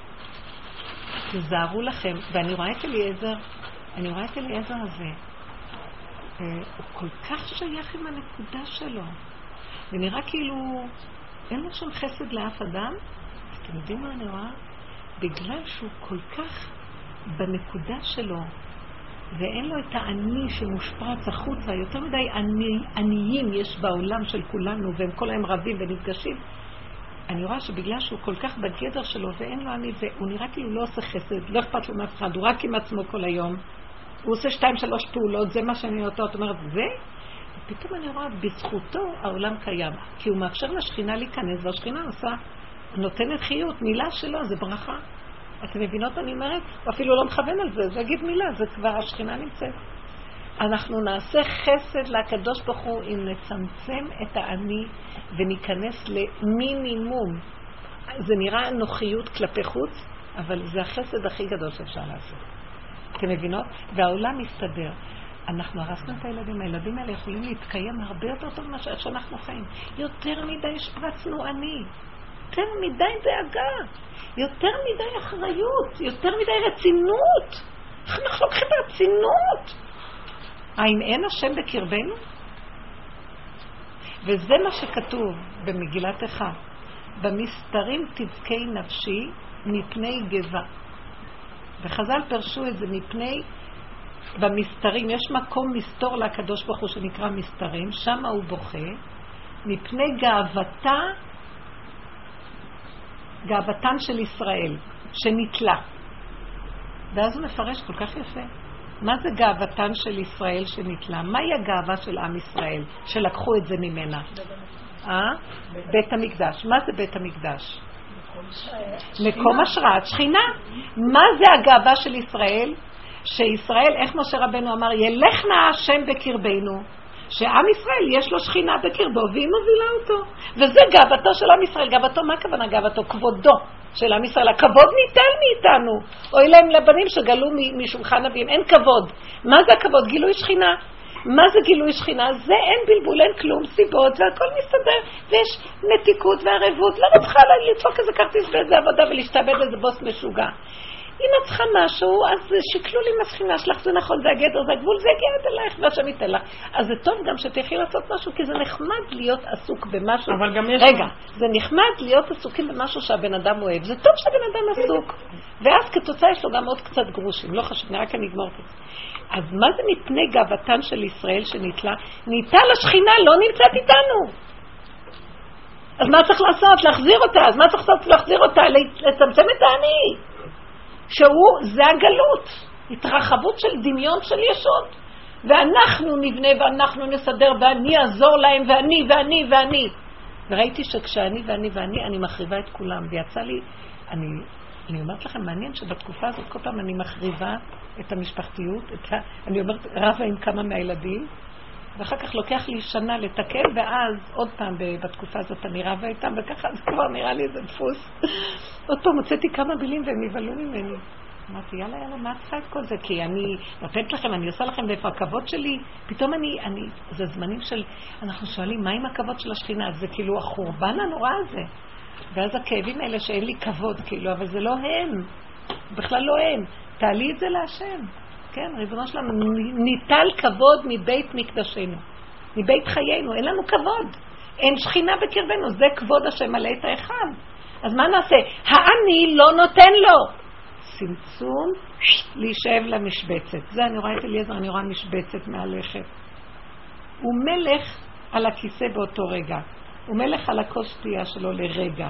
תזהרו לכם. ואני רואה את אליעזר, אני רואה את אליעזר הזה. הוא כל כך שייך עם הנקודה שלו. ונראה כאילו אין לו שום חסד לאף אדם. אז אתם יודעים מה אני רואה? בגלל שהוא כל כך בנקודה שלו, ואין לו את העני שמושפרץ החוצה, יותר מדי עני, עניים יש בעולם של כולנו, והם כל היום רבים ונפגשים. אני רואה שבגלל שהוא כל כך בגדר שלו ואין לו עני, והוא נראה כאילו לא עושה חסד, לא אכפת לו מאף אחד, הוא רק עם עצמו כל היום. הוא עושה שתיים שלוש פעולות, זה מה שאני אותה, את אומרת, זה? ופתאום אני רואה, בזכותו העולם קיים, כי הוא מאפשר לשכינה להיכנס, והשכינה עושה, נותנת חיות, מילה שלו, זה ברכה. אתם מבינות, אני אומרת? הוא אפילו לא מכוון על זה, זה יגיד מילה, זה כבר השכינה נמצאת. אנחנו נעשה חסד לקדוש ברוך הוא אם נצמצם את העני וניכנס למינימום. זה נראה נוחיות כלפי חוץ, אבל זה החסד הכי גדול שאפשר לעשות. אתם מבינות? והעולם מסתדר. אנחנו הרסנו את הילדים, הילדים האלה יכולים להתקיים הרבה יותר טוב ממה שאיך שאנחנו חיים. יותר מדי שפרצנו עני. יותר מדי דאגה, יותר מדי אחריות, יותר מדי רצינות. אנחנו לוקחים ברצינות. האם אין השם בקרבנו? וזה מה שכתוב במגילת איכה. במסתרים תבכי נפשי מפני גבה. וחז"ל פרשו את זה מפני, במסתרים, יש מקום מסתור לקדוש ברוך הוא שנקרא מסתרים, שם הוא בוכה, מפני גאוותה, גאוותן של ישראל, שנתלה. ואז הוא מפרש כל כך יפה. מה זה גאוותן של ישראל שנתלה? מהי הגאווה של עם ישראל, שלקחו את זה ממנה? אה? בית המקדש. מה זה בית המקדש? מקום השראת שכינה. מה זה הגאווה של ישראל? שישראל, איך משה רבנו אמר, ילך נא השם בקרבנו. שעם ישראל יש לו שכינה בקרבו והיא מובילה אותו. וזה גאוותו של עם ישראל. גאוותו, מה הכוונה גאוותו? כבודו של עם ישראל. הכבוד ניתן מאיתנו. אוי להם לבנים שגלו משולחן נביאים. אין כבוד. מה זה הכבוד? גילוי שכינה. מה זה גילוי שכינה? זה אין בלבול, אין כלום, סיבות, והכל מסתדר. ויש מתיקות וערבות. לא צריכה לדפוק איזה כרטיס באיזה עבודה ולהשתעבד איזה בוס משוגע. אם את צריכה משהו, אז שקלו לי מהשכינה שלך, זה נכון, זה הגדר, זה הגבול, זה יגיע עד אלייך, והשם ייתן לך. אז זה טוב גם שתלכי לעשות משהו, כי זה נחמד להיות עסוק במשהו. אבל גם יש... רגע, זה נחמד להיות עסוקים במשהו שהבן אדם אוהב. זה טוב שהבן אדם עסוק. ואז כתוצאה יש לו גם עוד קצת גרושים. לא חשוב, נראה כאן נגמור את זה. אז מה זה מפני גאוותן של ישראל שנתלה? ניתה לשכינה, לא נמצאת איתנו. אז מה צריך לעשות? להחזיר אותה. אז מה צריך לעשות? להחזיר אותה? לצמצם את העני. שהוא, זה הגלות, התרחבות של דמיון של ישות. ואנחנו נבנה ואנחנו נסדר ואני אעזור להם ואני ואני ואני. וראיתי שכשאני ואני ואני, אני מחריבה את כולם, ויצא לי, אני, אני אומרת לכם, מעניין שבתקופה הזאת כל פעם אני מחריבה את המשפחתיות, את ה, אני אומרת, רבה עם כמה מהילדים, ואחר כך לוקח לי שנה לתקן, ואז עוד פעם בתקופה הזאת אני רבה איתם, וככה זה כבר נראה לי איזה דפוס. עוד פעם הוצאתי כמה בילים והם נבלו ממני. אמרתי, יאללה, יאללה, מה צריכה את כל זה? כי אני נותנת לכם, אני עושה לכם, ואיפה הכבוד שלי? פתאום אני, אני, זה זמנים של, אנחנו שואלים, מה עם הכבוד של השכינה? זה כאילו החורבן הנורא הזה. ואז הכאבים האלה שאין לי כבוד, כאילו, אבל זה לא הם. בכלל לא הם. תעלי את זה להשם. כן, ריבונו שלנו, ניטל כבוד מבית מקדשנו, מבית חיינו, אין לנו כבוד. אין שכינה בקרבנו, זה כבוד השם מלא את האחד. אז מה נעשה? האני לא נותן לו. צמצום, להישאב למשבצת. זה אני רואה את אליעזר, אני רואה משבצת מהלכת. הוא מלך על הכיסא באותו רגע. הוא מלך על הכוס שתייה שלו לרגע.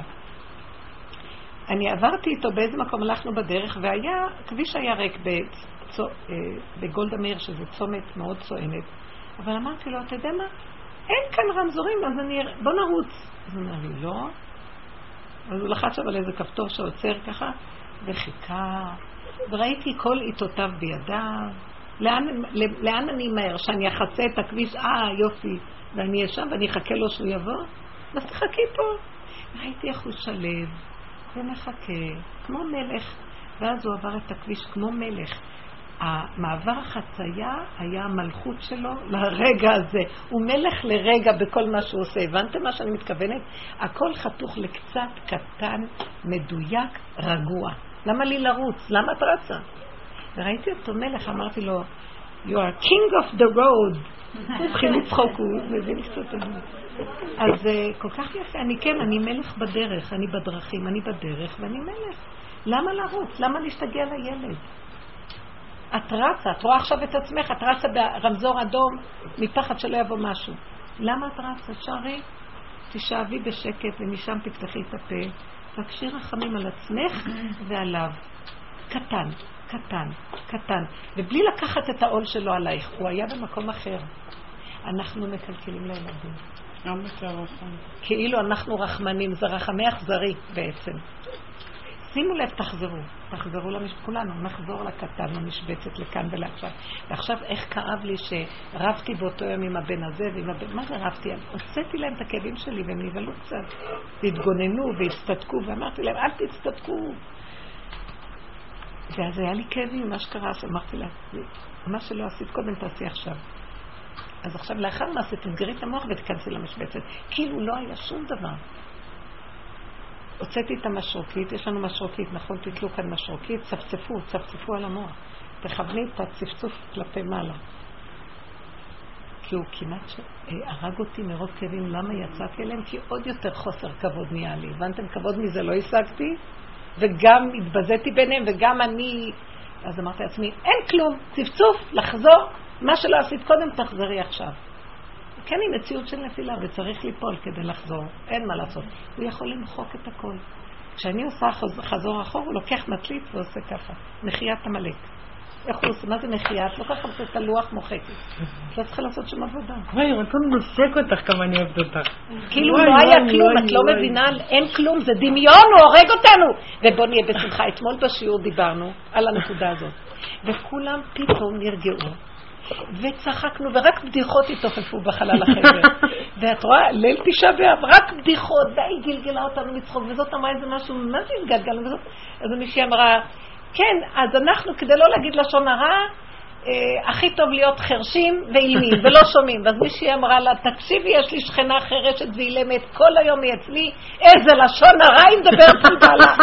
אני עברתי איתו באיזה מקום, הלכנו בדרך, והיה, כביש היה ריק בצו, בגולדה מאיר, שזה צומת מאוד צוענת. אבל אמרתי לו, אתה יודע מה? אין כאן רמזורים, אז אני, בוא נרוץ. אז הוא אומר לי, לא. אז הוא לחץ שם על איזה כפתור שעוצר ככה, וחיכה, וראיתי כל עיתותיו בידיו. לאן, לאן אני מהר? שאני אחצה את הכביש, אה, יופי, ואני אהיה שם ואני אחכה לו שהוא יבוא? אז תחכי פה. ראיתי איך הוא שלב, ומחכה, כמו מלך, ואז הוא עבר את הכביש כמו מלך. המעבר החצייה היה המלכות שלו לרגע הזה. הוא מלך לרגע בכל מה שהוא עושה. הבנתם מה שאני מתכוונת? הכל חתוך לקצת קטן, מדויק, רגוע. למה לי לרוץ? למה את רצה? וראיתי אותו מלך, אמרתי לו, you are king of the road. הוא התחיל לצחוק, הוא מבין קצת. אז כל כך יפה, אני כן, אני מלך בדרך, אני בדרכים, אני בדרך ואני מלך. למה לרוץ? למה להשתגע לילד? את רצה, את רואה עכשיו את עצמך, את רצה ברמזור אדום מפחד שלא יבוא משהו. למה את רצה? שרי, תשאבי בשקט ומשם תפתחי את הפה, תקשי רחמים על עצמך ועליו. קטן, קטן, קטן. ובלי לקחת את העול שלו עלייך, הוא היה במקום אחר. אנחנו מקלקלים לילדים. כאילו אנחנו רחמנים, זה רחמי אכזרי בעצם. שימו לב, תחזרו, תחזרו למשבצת, כולנו, נחזור לקטן, למשבצת, לכאן ולעכשיו. ועכשיו איך כאב לי שרבתי באותו יום עם הבן הזה ועם הבן, מה זה רבתי? הוצאתי להם את הכאבים שלי והם נבלו קצת, והתגוננו והסתדקו, ואמרתי להם, אל תסתדקו. ואז היה לי כאבים, מה שקרה, אז אמרתי לה, מה שלא עשית קודם תעשי עכשיו. אז עכשיו לאחר מעשה תסגרי את המוח ותכנסי למשבצת. כאילו לא היה שום דבר. הוצאתי את המשרוקית, יש לנו משרוקית, נכון, תתלו כאן משרוקית, צפצפו, צפצפו על המוח. תכווני את הצפצוף כלפי מעלה. כי הוא כמעט הרג אותי מרוב כאבים. למה יצאתי אליהם? כי עוד יותר חוסר כבוד נהיה לי. הבנתם? כבוד מזה לא השגתי, וגם התבזיתי ביניהם, וגם אני... אז אמרתי לעצמי, אין כלום, צפצוף, לחזור, מה שלא עשית קודם תחזרי עכשיו. כן, היא מציאות של נפילה, וצריך ליפול כדי לחזור. אין מה לעשות. הוא יכול למחוק את הכל. כשאני עושה חזור אחור, הוא לוקח מטלית ועושה ככה. מחיית המלאק. איך הוא עושה? מה זה מחיית? לוקחת את הלוח מוחקת. את לא צריכה לעשות שום עבודה. וואי, רצון נוסק אותך כמה אני אוהבת אותך. כאילו לא היה כלום, את לא מבינה, אין כלום, זה דמיון, הוא הורג אותנו. ובוא נהיה בשמחה. אתמול בשיעור דיברנו על הנקודה הזאת. וכולם פתאום נרגעו. וצחקנו, ורק בדיחות התעופפו בחלל החדר. ואת רואה, ליל תשעה באב, רק בדיחות, די גלגלה אותנו מצחוק, וזאת אמרה איזה משהו, מה זה התגלגלנו? וזאת, אז מישהי אמרה, כן, אז אנחנו, כדי לא להגיד לשון הרע, אה, הכי טוב להיות חרשים ואילמים, ולא שומעים. ואז מישהי אמרה לה, תקשיבי, יש לי שכנה חרשת ואילמת, כל היום היא אצלי, איזה לשון הרע היא מדברת על בעלה.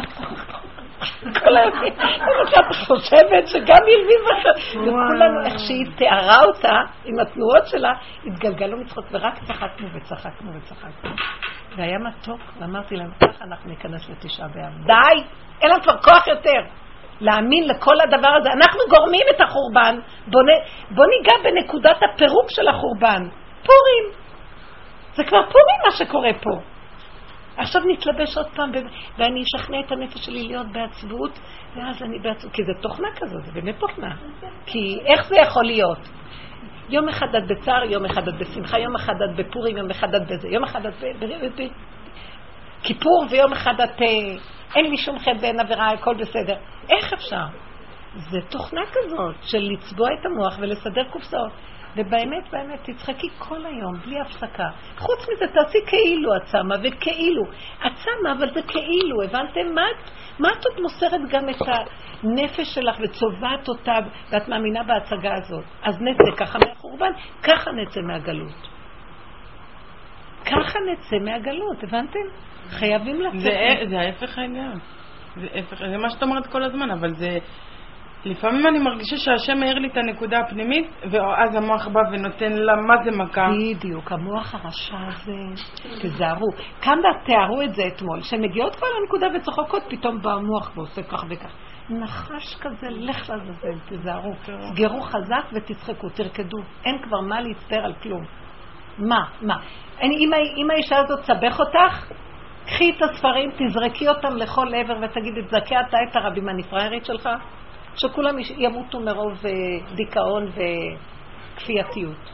כל היום, את חושבת שגם ילבים אחר, וכולנו, איך שהיא תיארה אותה, עם התנועות שלה, התגלגלו מצחוק, ורק צחקנו וצחקנו וצחקנו. והיה מתוק, ואמרתי להם, ככה אנחנו ניכנס לתשעה באב. די, אין לנו כבר כוח יותר. להאמין לכל הדבר הזה. אנחנו גורמים את החורבן, בוא, נ... בוא ניגע בנקודת הפירוק של החורבן. פורים. זה כבר פורים מה שקורה פה. עכשיו נתלבש עוד פעם, ואני אשכנע את הנפש שלי להיות בעצבות, ואז אני בעצבות, כי זה תוכנה כזאת, זה באמת תוכנה. כי איך זה יכול להיות? יום אחד את בצער, יום אחד את בשמחה, יום אחד את בפורים, יום אחד את בזה, יום אחד את בכיפור, ויום אחד את אין לי שום חטא ואין עבירה, הכל בסדר. איך אפשר? זה תוכנה כזאת של לצבוע את המוח ולסדר קופסאות. ובאמת, באמת, תצחקי כל היום, בלי הפסקה. חוץ מזה, תעשי כאילו עצמה, וכאילו. עצמה, אבל זה כאילו, הבנתם? מה, מה את עוד מוסרת גם את הנפש שלך וצובעת אותה, ואת מאמינה בהצגה הזאת? אז נצא ככה מהחורבן, ככה נצא מהגלות. ככה נצא מהגלות, הבנתם? חייבים לצאת. זה, זה ההפך העניין. זה, הפך, זה מה שאת אומרת כל הזמן, אבל זה... לפעמים אני מרגישה שהשם מאיר לי את הנקודה הפנימית, ואז המוח בא ונותן לה מה זה מכה. בדיוק, המוח הרשע הזה, תזהרו. כמה תיארו את זה אתמול, שמגיעות כבר לנקודה וצוחקות, פתאום בא המוח ועושה כך וכך. נחש כזה, לך לזבל, תזהרו. סגרו חזק ותצחקו, תרקדו. אין כבר מה להצטער על כלום. מה? מה? אני, אם, אם האישה הזאת צבח אותך, קחי את הספרים, תזרקי אותם לכל עבר ותגידי, תזכה אתה את הרבים הנפריירית שלך, שכולם ימותו מרוב דיכאון וכפייתיות.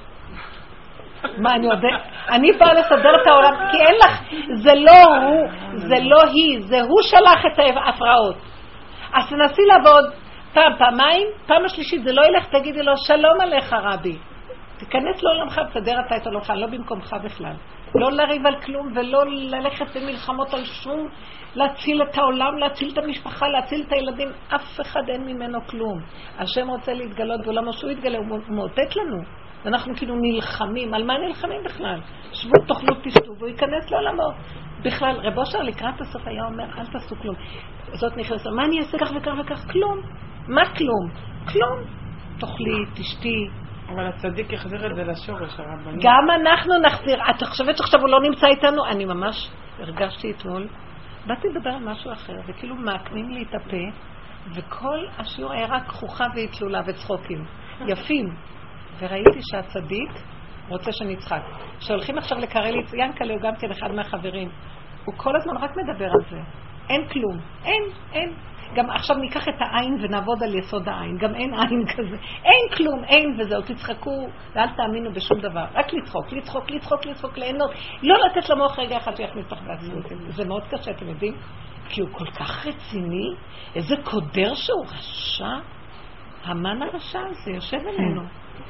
מה אני יודע? אני באה לסדר את העולם, כי אין לך, זה לא הוא, זה לא היא, זה הוא שלח את ההפרעות. אז תנסי לעבוד פעם, פעמיים, פעם השלישית, זה לא ילך, תגידי לו, שלום עליך רבי. תיכנס לעולמך, תסדר אתה את עולמך, לא במקומך בכלל. לא לריב על כלום ולא ללכת במלחמות על שום, להציל את העולם, להציל את המשפחה, להציל את הילדים, אף אחד אין ממנו כלום. השם רוצה להתגלות בעולמו, שהוא יתגלה, הוא מאותת לנו. ואנחנו כאילו נלחמים, על מה נלחמים בכלל? שבו, תאכלו, תשתו, והוא ייכנס לעולמו. בכלל, רב אושר לקראת הסוף היה אומר, אל תעשו כלום. זאת נכנסה, מה אני אעשה כך וכך וכך? כלום. מה כלום? כלום. תאכלי, תשתי. אבל הצדיק יחזיר את זה לשורש, הרבנים. גם אנחנו נחזיר. את חושבת שעכשיו הוא לא נמצא איתנו? אני ממש הרגשתי אתמול. באתי לדבר על משהו אחר, וכאילו מעקמים לי את הפה, וכל השיעור היה רק כחוכה והתלולה וצחוקים. יפים. וראיתי שהצדיק רוצה שנצחק. שהולכים עכשיו לקרא לי, ינקלה הוא גם כן אחד מהחברים. הוא כל הזמן רק מדבר על זה. אין כלום. אין, אין. גם עכשיו ניקח את העין ונעבוד על יסוד העין. גם אין עין כזה. אין כלום, אין וזהו. תצחקו ואל תאמינו בשום דבר. רק לצחוק, לצחוק, לצחוק, לצחוק, ליהנות. לא לתת למוח רגע אחד שיכניס לך בעצמות. זה מאוד קשה, אתם יודעים? כי הוא כל כך רציני. איזה קודר שהוא רשע. המן הרשע הזה יושב אלינו.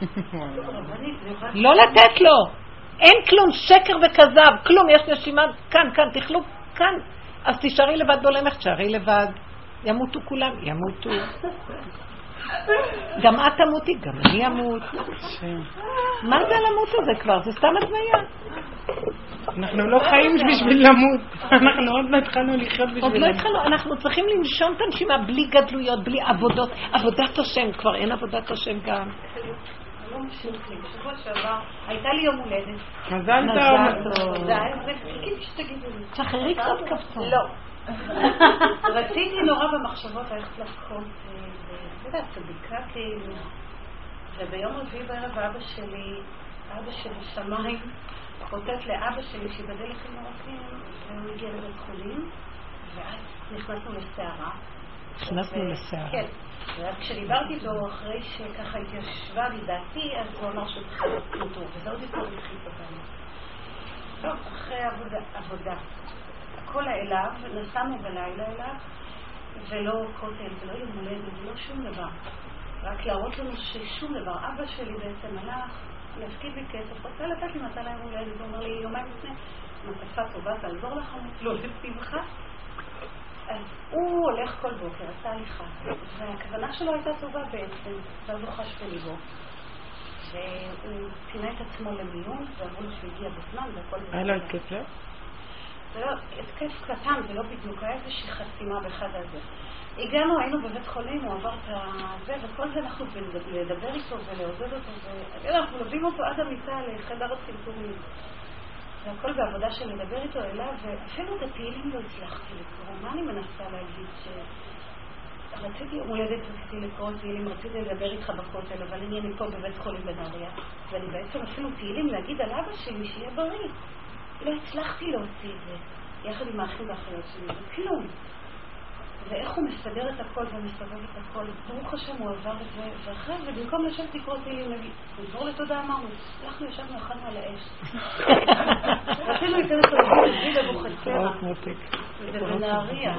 לא לתת לו. אין כלום, שקר וכזב. כלום, יש נשימה כאן, כאן, תאכלו כאן. אז תישארי לבד בעולמך, תשארי לבד. ימותו כולם, ימותו. גם את תמותי, גם אני אמות. מה זה למות הזה כבר? זה סתם הדמיה. אנחנו לא חיים בשביל למות. אנחנו עוד לא התחלנו לחיות בשביל למות. עוד לא התחלנו, אנחנו צריכים לנשום את הנשימה בלי גדלויות, בלי עבודות. עבודת השם, כבר אין עבודת השם גם. לא משוכלי, בשבוע שעבר הייתה לי יום הולדת. מזל טוב. חיכיתי שתגידו לי. שחררי קצת כפתור. לא. רציתי נורא במחשבות ללכת לחכות, ואתה יודע, צדיקה כאילו. וביום רביעי בערב אבא שלי, אבא שלי שמיים, חוטט לאבא שלי שיבדל לכם מרקים, והוא הגיע לבית חולים, ואז נכנסנו לסערה. נכנסנו לסערה. כן. ואז כשדיברתי איתו אחרי שככה התיישבה לי דעתי, אז הוא אמר שהוא צריך לבוא אותו, וזה עוד יותר התחיל אותנו. טוב, אחרי עבודה, עבודה. כל האליו, נסענו בלילה אליו, ולא כותל, ולא יום הולדת, ולא שום דבר. רק להראות לנו ששום דבר. אבא שלי בעצם הלך, להפקיד לי כסף, רצה לתת לי מתי ליום הולדת, הוא אומר לי, יומיים לפני, מטפה טובה, תעזור לך, לא לשמחה. אז הוא הולך כל בוקר, עשה הליכה, והכוונה שלו הייתה טובה בעצם, ואז הוא חש בליבו. והוא פינה את עצמו למיון, ואמרו לו שהוא הגיע בזמן, והכל בזמן. היה לו התקף לב? זה לא, התקף קטן, זה לא בדיוק, היה איזושהי חסימה באחד הזה. הגענו, היינו בבית חולים, הוא עבר את זה, וכל זה אנחנו לדבר איתו ולעודד אותו, ואנחנו לבים אותו עד המיטה לחדר הצנתורים. והכל בעבודה של לדבר איתו אליו, ואפילו את התהילים לא הצלחתי לקרוא. מה אני מנסה להגיד? שרציתי יום הולדת, רציתי לקרוא תהילים, רציתי לדבר איתך בכותל, אבל אני אני פה בבית חולים בנהריה, ואני בעצם אפילו תהילים להגיד על אבא שלי שיהיה בריא. לא הצלחתי להוציא את זה. יחד עם האחים והאחיות שלי, זה כלום. ואיך הוא מסדר את הכל ומסתובב את הכל, ברוך השם הוא עבר את זה, ואחרי זה, במקום לשבת לקרוא תהילים, נגיד, נדבור לתודה אמרנו, אנחנו ישבנו אחד על האש. רצינו להיכנס לרביד אבוחצירא, וזה בנהריה.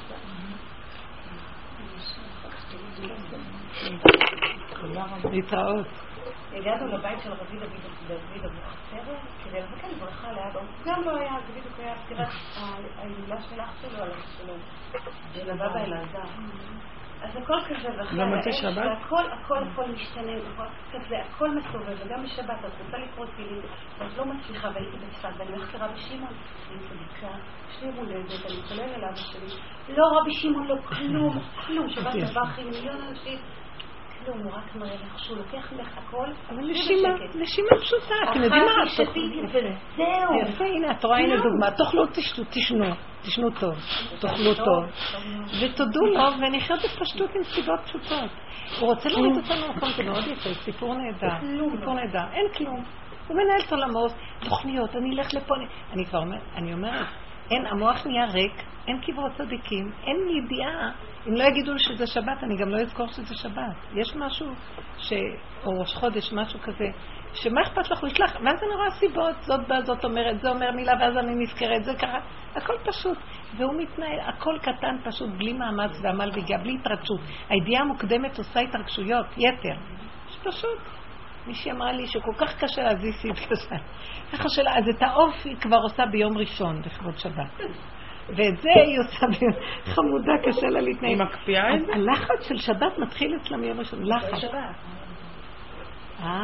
להתראות. הגענו לבית של רבי דוד אבוחצירא כדי לבקר ברכה לאבא. הוא גם לא היה, זה בדיוק היה פטירת ההילולה של אח שלו על אח שלו, של הבבא אלעזר. אז הכל כזה ואחרי האש, והכל, הכל, הכל משתנה, כזה, הכל מסובב, וגם בשבת, את רוצה לקרוא תהילים, ואת לא מצליחה, והייתי בצפת, ואני הולכת לרבי שמעון, אני צדיקה, יש לי מולדת, אני כולל אל אבא שלי, לא רבי שמעון, לא כלום, כלום, שבת נבחי מיליון אנשים, הוא רק מראה לך שהוא לוקח לך הכל, אבל נשימה, נשימה פשוטה, אתם יודעים מה? זהו. יפה, הנה, את רואה, הנה דוגמה, תאכלו, תשנו, תשנו טוב, תאכלו טוב, ותודו לו, ונחיות בפשטות עם סיבות פשוטות. הוא רוצה להוריד אותנו מקום, זה מאוד יפה, סיפור נהדר, סיפור נהדר, אין כלום. הוא מנהל את עולמות, תוכניות, אני אלך לפה, אני כבר אומרת, אני אומרת, אין, המוח נהיה ריק, אין קברות צדיקים, אין ידיעה. אם לא יגידו שזה שבת, אני גם לא אזכור שזה שבת. יש משהו, ש... או ראש חודש, משהו כזה, שמה אכפת לך הוא ישלח, ואז אני רואה סיבות, זאת בא, זאת אומרת, זה אומר מילה, ואז אני נזכרת, זה ככה, הכל פשוט. והוא מתנהל, הכל קטן פשוט, בלי מאמץ ועמל והגיע, בלי התרגשות. הידיעה המוקדמת עושה התרגשויות, יתר. זה פשוט. מישהי אמרה לי שכל כך קשה להזיז סיפסה. ככה שלה, אז את האוף היא כבר עושה ביום ראשון, לכבוד שבת. ואת זה היא עושה חמודה, קשה לה להתנהל. היא מקפיאה את זה? הלחץ של שבת מתחיל אצלה מיום ראשון. לחץ. אה?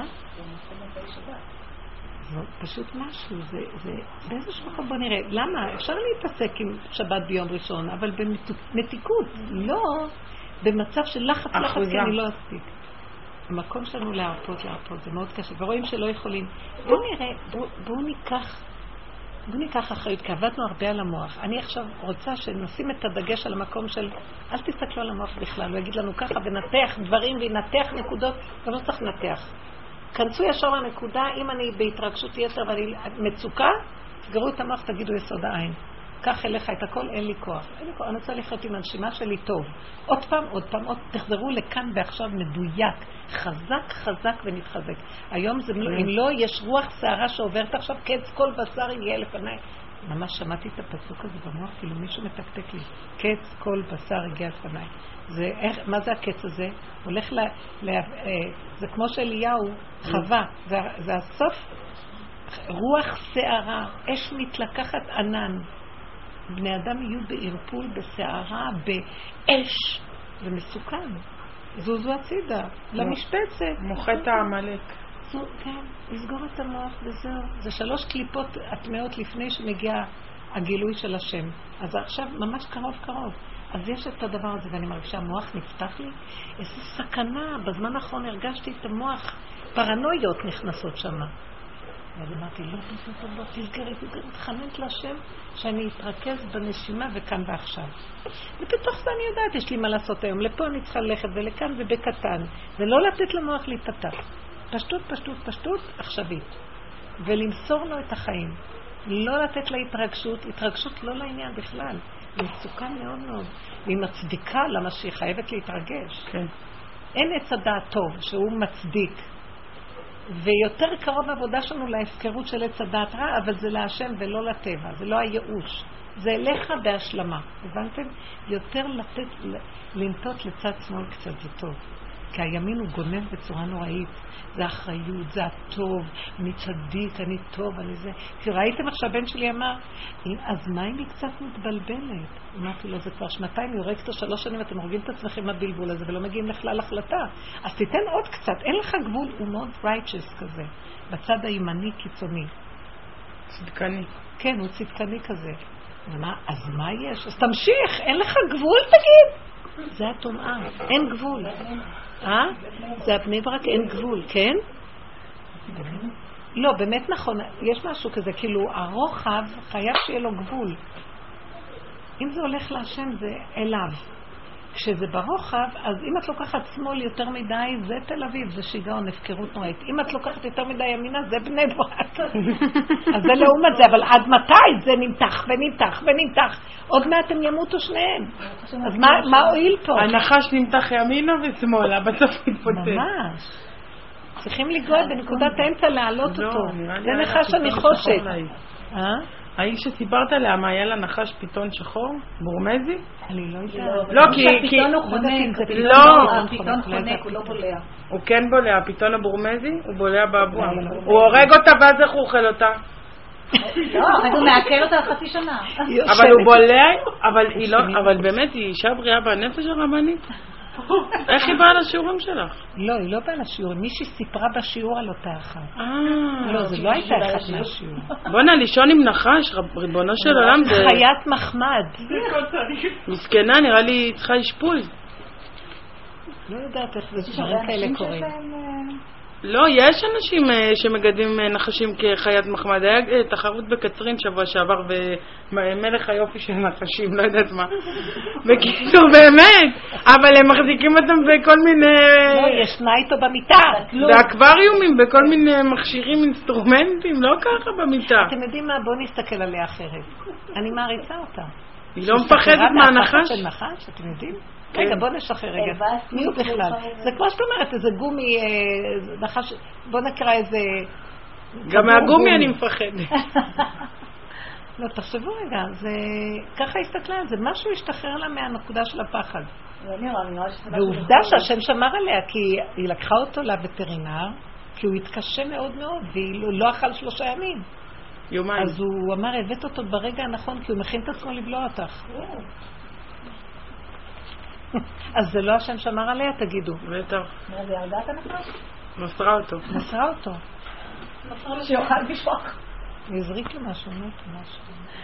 זה פשוט משהו, זה באיזשהו מקום, בוא נראה. למה? אפשר להתעסק עם שבת ביום ראשון, אבל במתיקות, לא במצב של לחץ, לחץ, כי אני לא אספיק. המקום שלנו להרפות, להרפות, זה מאוד קשה, ורואים שלא יכולים. בואו נראה, בואו בוא ניקח, בואו ניקח אחריות, כי עבדנו הרבה על המוח. אני עכשיו רוצה שנשים את הדגש על המקום של, אל תסתכלו על המוח בכלל, הוא יגיד לנו ככה, ונתח דברים, ונתח נקודות, ולא צריך לנתח. כנסו ישר לנקודה, אם אני בהתרגשות יתר ואני מצוקה, סגרו את המוח, תגידו יסוד העין. קח אליך את הכל, אין לי כוח. אין לי כוח, אני רוצה לחיות עם הנשימה שלי טוב. עוד פעם, עוד פעם, עוד תחזרו לכאן ועכשיו מדויק. חזק, חזק ונתחזק. היום זה, אם לא, יש רוח שערה שעוברת עכשיו, קץ כל בשר יגיע לפניי. ממש שמעתי את הפסוק הזה במוח, כאילו מישהו מתקתק לי. קץ כל בשר יגיע לפניי. זה, איך, מה זה הקץ הזה? הולך ל... ל אה, זה כמו שאליהו, חווה. זה, זה הסוף, רוח שערה, אש מתלקחת ענן. בני אדם יהיו בערפול, בסערה, באש, זה מסוכן. זוזו הצידה, למשפצת. מוחת העמלק. כן, לסגור את המוח וזהו. זה שלוש קליפות הטמעות לפני שמגיע הגילוי של השם. אז עכשיו ממש קרוב קרוב. אז יש את הדבר הזה, ואני מרגישה, המוח נפתח לי. איזו סכנה, בזמן האחרון הרגשתי את המוח, פרנויות נכנסות שם. אז אמרתי, לא, לא, לא, תסגרי, תסגרי, תחננת להשם שאני אתרכז בנשימה וכאן ועכשיו. ובתוך זה אני יודעת, יש לי מה לעשות היום. לפה אני צריכה ללכת ולכאן ובקטן. ולא לתת למוח להתפתח. פשטות, פשטות, פשטות, עכשווית. ולמסור לו את החיים. לא לתת לה התרגשות, התרגשות לא לעניין בכלל. היא מסוכן מאוד מאוד. והיא מצדיקה למה שהיא חייבת להתרגש. כן. אין עץ הדעת טוב שהוא מצדיק. ויותר קרוב העבודה שלנו להפקרות של עץ הדעת רע, אבל זה להשם ולא לטבע, זה לא הייאוש. זה אליך בהשלמה, הבנתם? יותר לתת, לנטות לצד שמאל קצת זה טוב. כי הימין הוא גונב בצורה נוראית. זה אחריות, זה הטוב, אני צדיק, אני טוב, אני זה. כי ראיתם עכשיו בן שלי אמר, אז מה אם היא קצת מתבלבלת? אמרתי לו, זה כבר שנתיים, היא הורגת שלוש שנים, אתם הורגים את עצמכם מהבלבול הזה ולא מגיעים לכלל החלטה. אז תיתן עוד קצת, אין לך גבול, הוא מאוד righteous כזה, בצד הימני קיצוני. צדקני. כן, הוא צדקני כזה. ומה, אז מה יש? אז תמשיך, אין לך גבול, תגיד. זה הטומאה, אין גבול. אה? זה הבני ברק, אין גבול, כן? לא, באמת נכון, יש משהו כזה, כאילו הרוחב חייב שיהיה לו גבול. אם זה הולך להשם זה אליו. כשזה ברוחב, אז אם את לוקחת שמאל יותר מדי, זה תל אביב, זה שיגעון, הפקרות נוראית. אם את לוקחת יותר מדי ימינה, זה בני ברק. אז זה לעומת זה, אבל עד מתי זה נמתח ונמתח ונמתח? עוד מעט הם ימותו שניהם. אז מה הועיל פה? הנחש נמתח ימינה ושמאלה, בסוף מתפוצץ. ממש. צריכים לגוע בנקודת האמצע להעלות אותו. זה נחש הנחושת. האיש שסיפרת עליה, מה היה לה נחש פיתון שחור? בורמזי? אני לא יודעת. לא, כי... הפיתון הוא חונק. לא. הפיתון חונק, הוא לא בולע. הוא כן בולע, הפיתון הבורמזי, הוא בולע באבוע. הוא הורג אותה ואז איך הוא אוכל אותה? לא, אבל הוא מעכל אותה חצי שנה. אבל הוא בולע, אבל באמת היא אישה בריאה בנפש הרבנית? איך היא באה לשיעורים שלך? לא, היא לא באה לשיעורים. מישהי סיפרה בשיעור על אותה אחת. אה, לא, זה לא הייתה אחת מהשיעור. בוא'נה, לישון עם נחש, ריבונו של עולם, זה... חיית מחמד. מסכנה, נראה לי צריכה אשפוז. לא יודעת איך זה דברים כאלה קורים. לא, יש אנשים שמגדלים נחשים כחיית מחמד. היה תחרות בקצרין שבוע שעבר ומלך היופי של נחשים, לא יודעת מה. בקיצור, באמת. אבל הם מחזיקים אותם בכל מיני... לא, ישנה איתו במיטה. באקווריומים, בכל מיני מכשירים, אינסטרומנטים, לא ככה במיטה. אתם יודעים מה? בואו נסתכל עליה אחרת. אני מעריצה אותה. היא לא מפחדת מהנחש? של נחש, אתם יודעים? רגע, בוא נשחרר רגע. מי הוא בכלל? זה כמו שאת אומרת, איזה גומי, נחש, בוא נקרא איזה... גם מהגומי אני מפחדת. לא, תחשבו רגע, זה... ככה הסתכלה על זה, משהו השתחרר לה מהנקודה של הפחד. ועובדה שהשם שמר עליה, כי היא לקחה אותו לווטרינר, כי הוא התקשה מאוד מאוד, והיא לא אכל שלושה ימים. יומיים. אז הוא אמר, הבאת אותו ברגע הנכון, כי הוא מכין את עצמו לבלוע אותך. אז זה לא השם שמר עליה, תגידו. בטח. מה זה, הרגעת הנחש? מסרה אותו. מסרה אותו. מסרה לו שיוכל בשבוח. יזריק לו משהו, מת משהו.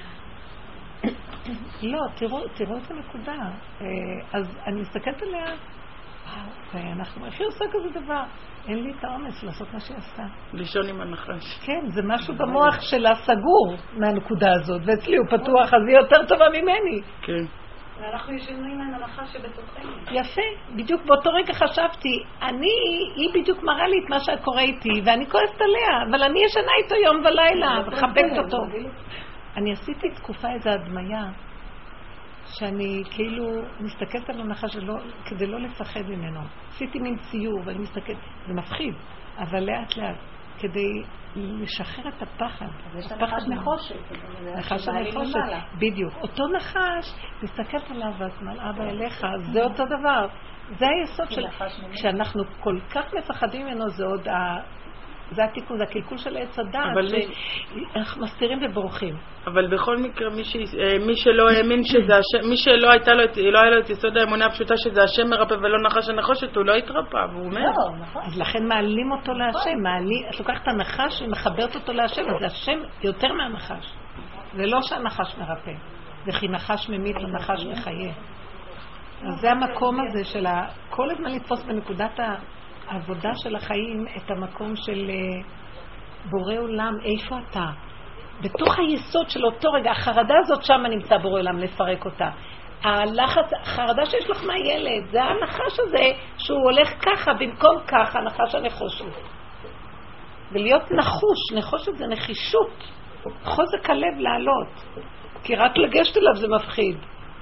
לא, תראו, תראו את הנקודה. אז אני מסתכלת עליה, ואנחנו, איך היא עושה כזה דבר? אין לי את האומץ לעשות מה שהיא עשתה. לישון עם הנחש. כן, זה משהו במוח שלה סגור מהנקודה הזאת, ואצלי הוא פתוח, אז היא יותר טובה ממני. כן. ואנחנו ישנו עם הנחש שבתוכנו. יפה, בדיוק באותו רגע חשבתי, אני, היא בדיוק מראה לי את מה שקורה איתי, ואני כועסת עליה, אבל אני ישנה איתו יום ולילה, וחבקת אותו. אני עשיתי תקופה איזו הדמיה, שאני כאילו מסתכלת על הנחש כדי לא לפחד ממנו. עשיתי מין ציור, ואני מסתכלת, זה מפחיד, אבל לאט לאט, כדי לשחרר את הפחד. יש נחש נחושת. נחש הנחושת, בדיוק. אותו נחש, מסתכלת עליו ואת מלאה באליך, זה אותו דבר. זה היסוד של... כשאנחנו כל כך מפחדים ממנו, זה עוד ה... זה התיקון, זה הקלקול של העץ הדעת, שאנחנו מסתירים ובורחים. אבל בכל מקרה, מי, ש... מי שלא האמין שזה השם, מי שלא הייתה לו, לא היה לו את יסוד האמונה הפשוטה שזה השם מרפא ולא נחש הנחושת, הוא לא התרפא, והוא אומר. אז לכן מעלים אותו להשם, מעלים, את לוקחת את הנחש ומחברת אותו להשם, אז השם יותר מהנחש. זה לא שהנחש מרפא, זה כי נחש ממית ונחש מחיה. אז זה המקום הזה של כל הזמן לתפוס בנקודת ה... העבודה של החיים, את המקום של בורא עולם, איפה אתה? בתוך היסוד של אותו רגע, החרדה הזאת שם נמצא בורא עולם, לפרק אותה. הלחץ, החרדה שיש לך מהילד, זה הנחש הזה שהוא הולך ככה, במקום ככה, הנחש הנחושת. ולהיות נחוש, נחושת זה נחישות, חוזק הלב לעלות, כי רק לגשת אליו זה מפחיד.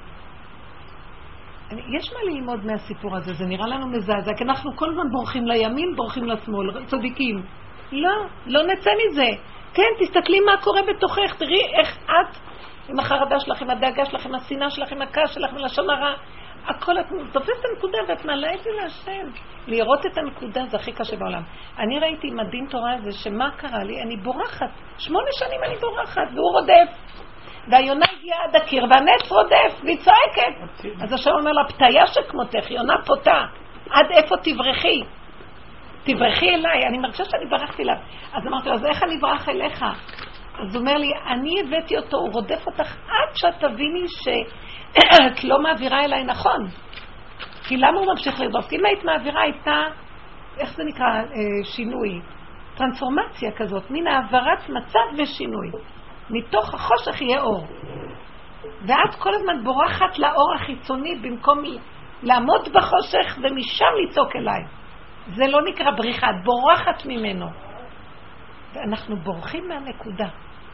יש מה ללמוד מהסיפור הזה, זה נראה לנו מזעזע, כי אנחנו כל הזמן בורחים לימין, בורחים לשמאל, צדיקים. לא, לא נצא מזה. כן, תסתכלי מה קורה בתוכך, תראי איך את, עם החרדה שלך, עם הדאגה שלך, עם השנאה שלך, עם הכעס שלך, עם לשון הרע, הכל, את תופסת את הנקודה ואת מעלה את זה להשם. לראות את הנקודה זה הכי קשה בעולם. אני ראיתי עם הדין תורה הזה, שמה קרה לי? אני בורחת, שמונה שנים אני בורחת, והוא רודף. והיונה הגיעה עד הקיר, והנס רודף, והיא צועקת. אז השם אומר לה, פתיה שכמותך, יונה פותה, עד איפה תברחי? תברחי אליי, אני מרגישה שאני ברחתי אליו. אז אמרתי לו, אז איך אני ברח אליך? אז הוא אומר לי, אני הבאתי אותו, הוא רודף אותך עד שאת תביני שאת לא מעבירה אליי נכון. כי למה הוא ממשיך לרדוף? כי אם היית מעבירה הייתה, איך זה נקרא, שינוי, טרנספורמציה כזאת, מין העברת מצב ושינוי. מתוך החושך יהיה אור. ואת כל הזמן בורחת לאור החיצוני במקום לעמוד בחושך ומשם לצעוק אליי. זה לא נקרא בריחה, את בורחת ממנו. ואנחנו בורחים מהנקודה.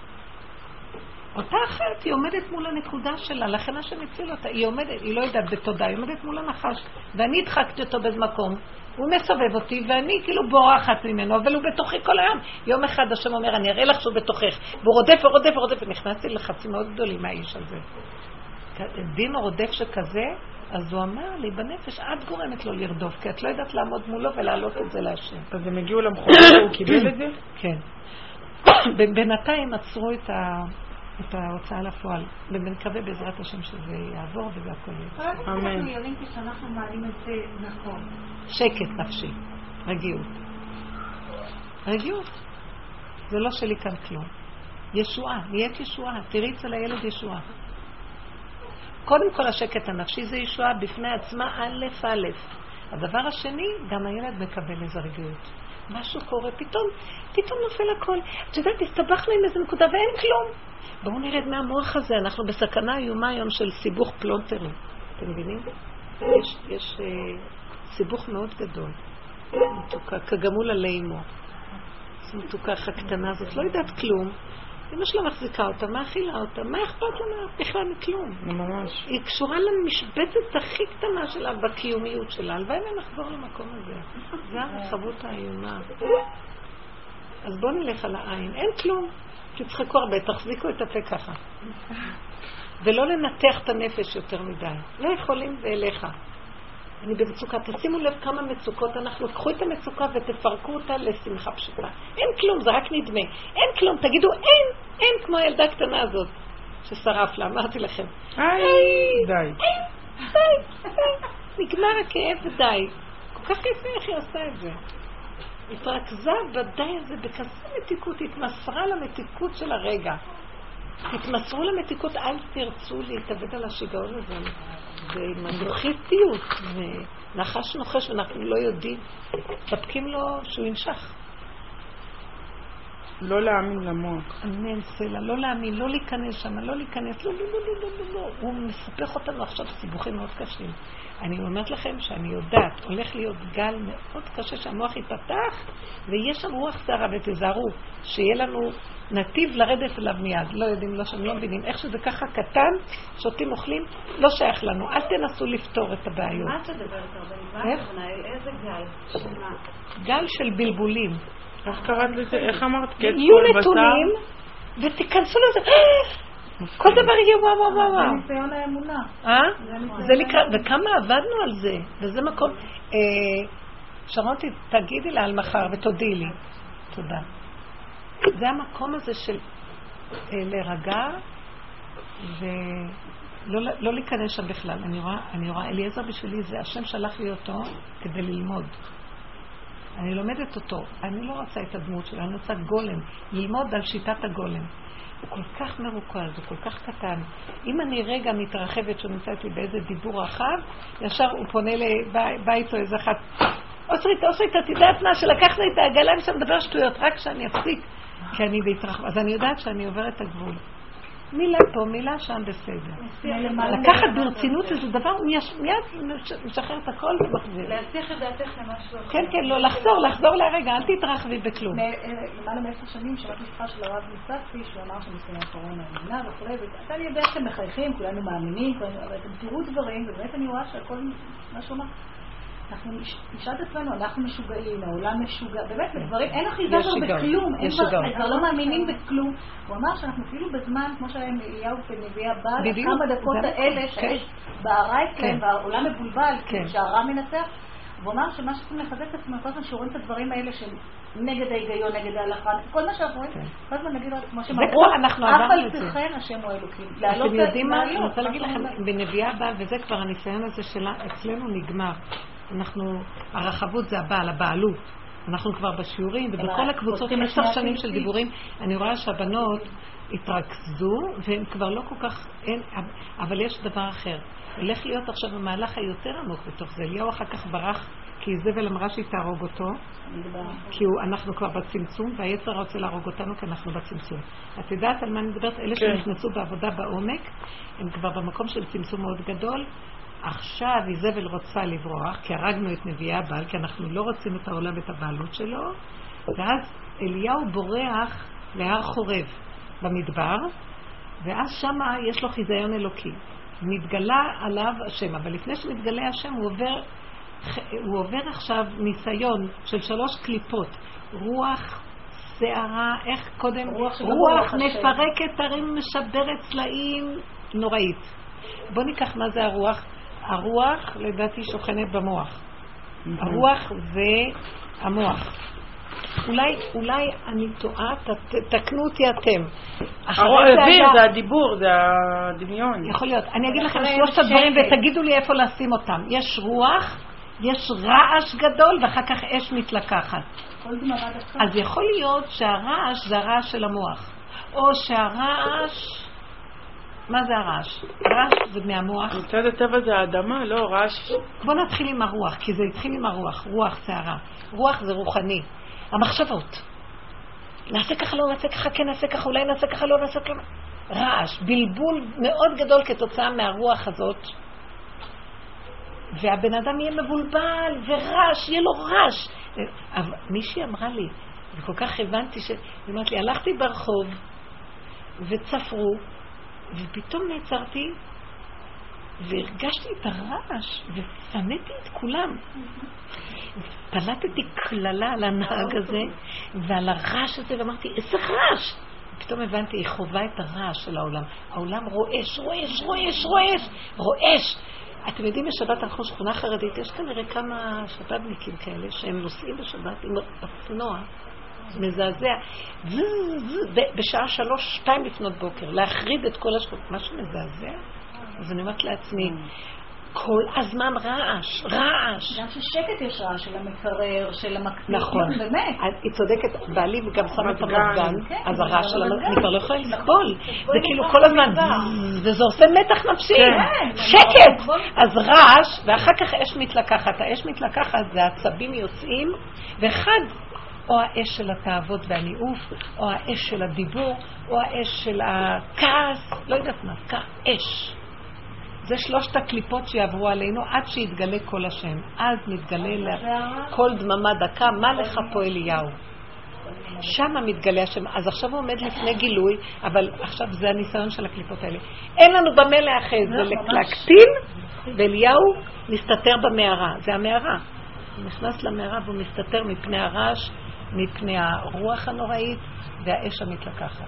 אותה אחת, היא עומדת מול הנקודה שלה, לכן השם הציל אותה, היא עומדת, היא לא יודעת בתודה, היא עומדת מול הנחש, ואני הדחקתי אותו באיזה מקום, הוא מסובב אותי, ואני כאילו בורחת ממנו, אבל הוא בתוכי כל היום. יום אחד השם אומר, אני אראה לך שהוא בתוכך, והוא רודף ורודף ורודף, ונכנסתי לחצים מאוד גדולים מהאיש הזה. דין רודף שכזה, אז הוא אמר לי, בנפש, את גורמת לו לרדוף, כי את לא יודעת לעמוד מולו ולהעלות את זה להשם. אז הם הגיעו למחוז, הוא קיבל את זה? כן. בינתיים עצרו את ה... את ההוצאה לפועל, ומקווה בעזרת השם שזה יעבור וזה הכל יהיה. אמן. אנחנו יודעים כשאנחנו מעלים את זה נכון. שקט נפשי, רגיעות. רגיעות. זה לא שלי כאן כלום. ישועה, נהיית ישועה. תראי אצל הילד ישועה. קודם כל השקט הנפשי זה ישועה בפני עצמה א' א'. הדבר השני, גם הילד מקבל איזה רגיעות. משהו קורה, פתאום, פתאום נופל הכל. את יודעת, הסתבכנו עם איזה נקודה ואין כלום. בואו נרד מהמוח הזה, אנחנו בסכנה איומה היום של סיבוך פלונטרי. אתם מבינים? יש, יש אה, סיבוך מאוד גדול. מתוקה, כגמול עלי אמו. זו מתוקח הקטנה הזאת, לא יודעת כלום. אמא שלה מחזיקה אותה, מה אכילה אותה? מה אכפת לה בכלל מכלום? ממש. היא קשורה למשבצת הכי קטנה שלה בקיומיות שלה. הלוואי ונחזור למקום הזה. זה הרחבות האיומה. אז בואו נלך על העין. אין כלום. תצחקו הרבה, תחזיקו את הפה ככה. ולא לנתח את הנפש יותר מדי. לא יכולים ואליך. אני במצוקה. תשימו לב כמה מצוקות אנחנו. קחו את המצוקה ותפרקו אותה לשמחה פשוטה. אין כלום, זה רק נדמה. אין כלום, תגידו אין, אין כמו הילדה הקטנה הזאת ששרף לה, אמרתי לכם. היי, די. אין, די, די. נגמר הכאב ודי. כל כך יפה איך היא עושה את זה. התרכזה בדי הזה בכזה מתיקות, התמסרה למתיקות של הרגע. תתמסרו למתיקות, אל תרצו להתאבד על השיגעון הזה. זה מנוחיתיות, ונחש נוחש ואנחנו לא יודעים. תפקים לו שהוא ינשך. לא להאמין למוח. אמן סלע, לא להאמין, לא להיכנס שם, לא להיכנס, לא, לא, לא, לא, לא, לא. הוא מספך אותנו עכשיו סיבוכים מאוד קשים. אני אומרת לכם שאני יודעת, הולך להיות גל מאוד קשה שהמוח ייפתח, ויש שם רוח סערה, ותזהרו, שיהיה לנו נתיב לרדת אליו מיד. לא יודעים, לא שם, לא מבינים. איך שזה ככה קטן, שותים אוכלים, לא שייך לנו. אל תנסו לפתור את הבעיות. מה את מדברת הרבה? איך? איזה גל? שמה? גל של בלבולים. איך קראת לזה? איך אמרת? יהיו נתונים, ותיכנסו לזה. כל דבר יהיה וואו וואו וואו. זה ניסיון האמונה. אה? זה נקרא, וכמה עבדנו על זה, וזה מקום, שרון תגידי לה על מחר ותודי לי. תודה. זה המקום הזה של להירגע ולא להיכנס שם בכלל. אני רואה, אני רואה, אליעזר בשבילי זה, השם שלח לי אותו כדי ללמוד. אני לומדת אותו, אני לא רוצה את הדמות שלה, אני רוצה גולם, ללמוד על שיטת הגולם. הוא כל כך מרוכז, הוא כל כך קטן. אם אני רגע מתרחבת שהוא נמצא איתי באיזה דיבור רחב, ישר הוא פונה לבית או איזה אחת, אוסרית, אוסרית, את יודעת מה, שלקחת את העגלה ושם מדבר שטויות, רק שאני אפסיק, כי אני בהתרחב. אז אני יודעת שאני עוברת את הגבול. מילה פה, מילה שם בסדר. לקחת ברצינות איזה דבר, מיד משחרר את הכל ומחזיר. להסיח את דעתך למשהו אחר. כן, כן, לא, לחזור, לחזור להרגע, אל תתרחבי בכלום. למעלה מעשר שנים שמעתי שיחה של הרב ניסצקי, שהוא אמר שמסתיים הקורונה האמונה וכו', ואתה לי יודע שאתם מחייכים, כולנו מאמינים, אבל אתם תראו דברים, ובאמת אני רואה שהכל מה שהוא אמר. אנחנו נשאל את עצמנו, אנחנו משוגעים, העולם משוגע, באמת, בדברים, אין אחיזה כבר בכלום, כבר לא מאמינים בכלום. הוא אמר שאנחנו אפילו בזמן, כמו שהיה עם אליהו ונביא הבא, כמה דקות האלה שיש בערה אצלם, והעולם מבולבל, שהרע מנצח, הוא אמר שמה שצריכים לחזק את עצמנו, כל הזמן שרואים את הדברים האלה של נגד ההיגיון, נגד ההלכה, כל מה שאנחנו רואים, כל הזמן נגיד, כמו שמראו, אף על פרחן השם הוא אלוקים. אתם יודעים מה? אני רוצה להגיד לכם, בנביאה הבאה, וזה כבר הניסיון הזה שאצלנו נגמר. אנחנו, הרחבות זה הבעל, הבעלות. אנחנו כבר בשיעורים, ובכל הקבוצות עשר שנים של דיבורים, אני רואה שהבנות התרכזו, והן כבר לא כל כך, אין, אבל יש דבר אחר. הולך להיות עכשיו במהלך היותר עמוק בתוך זה. אליהו אחר כך ברח, כי איזבל אמרה שהיא תהרוג אותו, כי הוא, אנחנו כבר בצמצום, והיצר רוצה להרוג אותנו כי אנחנו בצמצום. את יודעת על מה אני מדברת? אלה שנכנסו בעבודה בעומק, הם כבר במקום של צמצום מאוד גדול, עכשיו איזבל רוצה לברוח, כי הרגנו את נביאי הבעל, כי אנחנו לא רוצים את העולם ואת הבעלות שלו, ואז אליהו בורח להר חורב במדבר, ואז שמה יש לו חיזיון אלוקי. מתגלה עליו השם, אבל לפני שמתגלה השם הוא עובר, הוא עובר עכשיו ניסיון של שלוש קליפות, רוח, שערה, איך קודם, רוח, רוח מפרקת הרים, משברת צלעים, נוראית. בוא ניקח מה זה הרוח. הרוח לדעתי שוכנת במוח. הרוח זה המוח. אולי, אולי אני טועה, תקנו אותי אתם. האוויר זה הדיבור, זה הדמיון. יכול להיות. אני אגיד לכם שלושת הדברים ותגידו לי איפה לשים אותם. יש רוח, יש רעש גדול ואחר כך אש מתלקחת. אז יכול להיות שהרעש זה הרעש של המוח. או שהרעש... מה זה הרעש? רעש זה מהמוח. מצד הטבע זה האדמה, לא רעש. בוא נתחיל עם הרוח, כי זה התחיל עם הרוח. רוח שערה. רוח זה רוחני. המחשבות. נעשה ככה, לא נעשה ככה, כן נעשה ככה, אולי נעשה ככה, לא נעשה ככה. רעש, בלבול מאוד גדול כתוצאה מהרוח הזאת. והבן אדם יהיה מבולבל ורעש, יהיה לו רעש. אבל מישהי אמרה לי, וכל כך הבנתי ש... היא אמרת לי, הלכתי ברחוב וצפרו, ופתאום נעצרתי והרגשתי את הרעש ופניתי את כולם. פלטתי כללה על הנהג הזה ועל הרעש הזה ואמרתי, איזה רעש! פתאום הבנתי, היא חובה את הרעש של העולם. העולם רועש, רועש, רועש, רועש, רועש. אתם יודעים, בשבת הלכו שכונה חרדית, יש כנראה כמה שבתניקים כאלה שהם נוסעים בשבת עם אופנוע מזעזע בשעה שלוש, שתיים לפנות בוקר, להחריד את כל השכונה. משהו מזעזע? אז אני אומרת לעצמי, כל הזמן רעש, רעש. גם ששקט יש רעש של המקרר, של המקפיא. נכון. באמת. היא צודקת, בעלי וגם שמה את המזגן, אז הרעש של המזגן, אני כבר לא יכולה לסבול. זה כאילו כל הזמן, וזה עושה מתח נפשי. שקט! אז רעש, ואחר כך אש מתלקחת. האש מתלקחת, זה העצבים יוצאים, ואחד, או האש של התאוות והניאוף, או האש של הדיבור, או האש של הכעס, לא יודעת מה, אש. זה שלושת הקליפות שיעברו עלינו עד שיתגלה כל השם. אז מתגלה כל דממה דקה, מה לך פה אליהו? שם מתגלה השם. אז עכשיו הוא עומד לפני גילוי, אבל עכשיו זה הניסיון של הקליפות האלה. אין לנו במה לאחז, זה להקטין, ואליהו מסתתר במערה. זה המערה. הוא נכנס למערה והוא מסתתר מפני הרעש, מפני הרוח הנוראית והאש המתלקחת.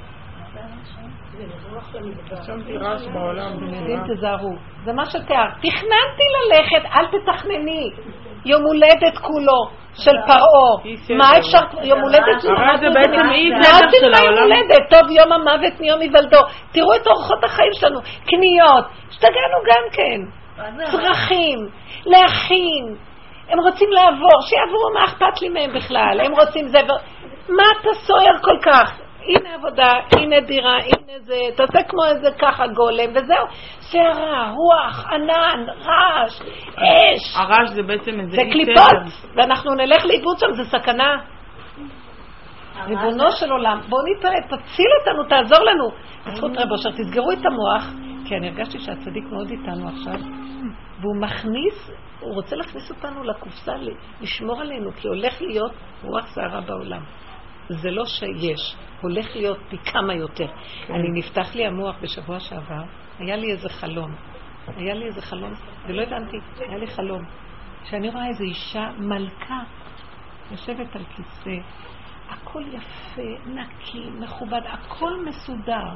שמתי רעש בעולם. אתם יודעים, תזהרו. זה מה שתיאר. תכננתי ללכת, אל תתכנני. יום הולדת כולו של פרעה. מה אפשר? יום הולדת שלו. אבל זה בעצם אי דרך של העולם. טוב, יום המוות מיום היוולדו. תראו את אורחות החיים שלנו. קניות. השתגענו גם כן. צרכים. להכין. הם רוצים לעבור. שיעברו, מה אכפת לי מהם בכלל? הם רוצים זה. מה אתה סוער כל כך? הנה עבודה, הנה דירה, הנה זה, תעשה כמו איזה ככה גולם, וזהו. שערה, רוח, ענן, רעש, אש. הרעש זה בעצם איזה... זה קליפות, ואנחנו נלך לאיבוד שם, זה סכנה. ריבונו של עולם, בואו נתראה, תציל אותנו, תעזור לנו. בזכות רב אושר, תסגרו את המוח, כי אני הרגשתי שהצדיק מאוד איתנו עכשיו, והוא מכניס, הוא רוצה להכניס אותנו לקופסה, לשמור עלינו, כי הולך להיות רוח שערה בעולם. זה לא שיש, הולך להיות פי כמה יותר. אני נפתח לי המוח בשבוע שעבר, היה לי איזה חלום, היה לי איזה חלום, ולא הבנתי, היה לי חלום, שאני רואה איזו אישה מלכה, יושבת על כיסא, הכל יפה, נקי, מכובד, הכל מסודר.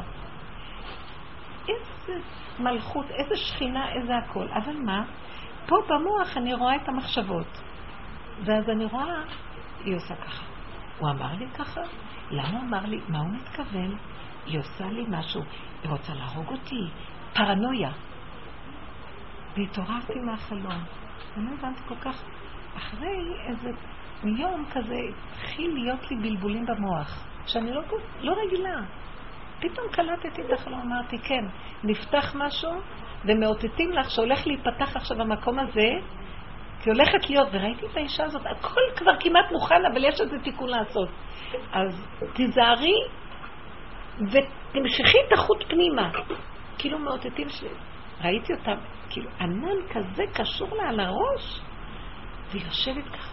איזה מלכות, איזה שכינה, איזה הכל. אבל מה? פה במוח אני רואה את המחשבות, ואז אני רואה, היא עושה ככה. הוא אמר לי ככה? למה הוא אמר לי? מה הוא מתכוון? היא עושה לי משהו. היא רוצה להרוג אותי. פרנויה. והתעוררתי מהחלום. אני לא הבנתי כל כך. אחרי איזה יום כזה התחיל להיות לי בלבולים במוח. שאני לא, לא רגילה. פתאום קלטתי את החלום. אמרתי, כן, נפתח משהו ומאותתים לך שהולך להיפתח עכשיו המקום הזה, כי הולכת להיות, וראיתי את האישה הזאת, הכל כבר כמעט מוכן, אבל יש איזה תיקון לעשות. אז תיזהרי ותמשכי את החוט פנימה. כאילו מאותתים שלי. ראיתי אותה, כאילו, ענן כזה קשור לה על הראש, והיא יושבת ככה.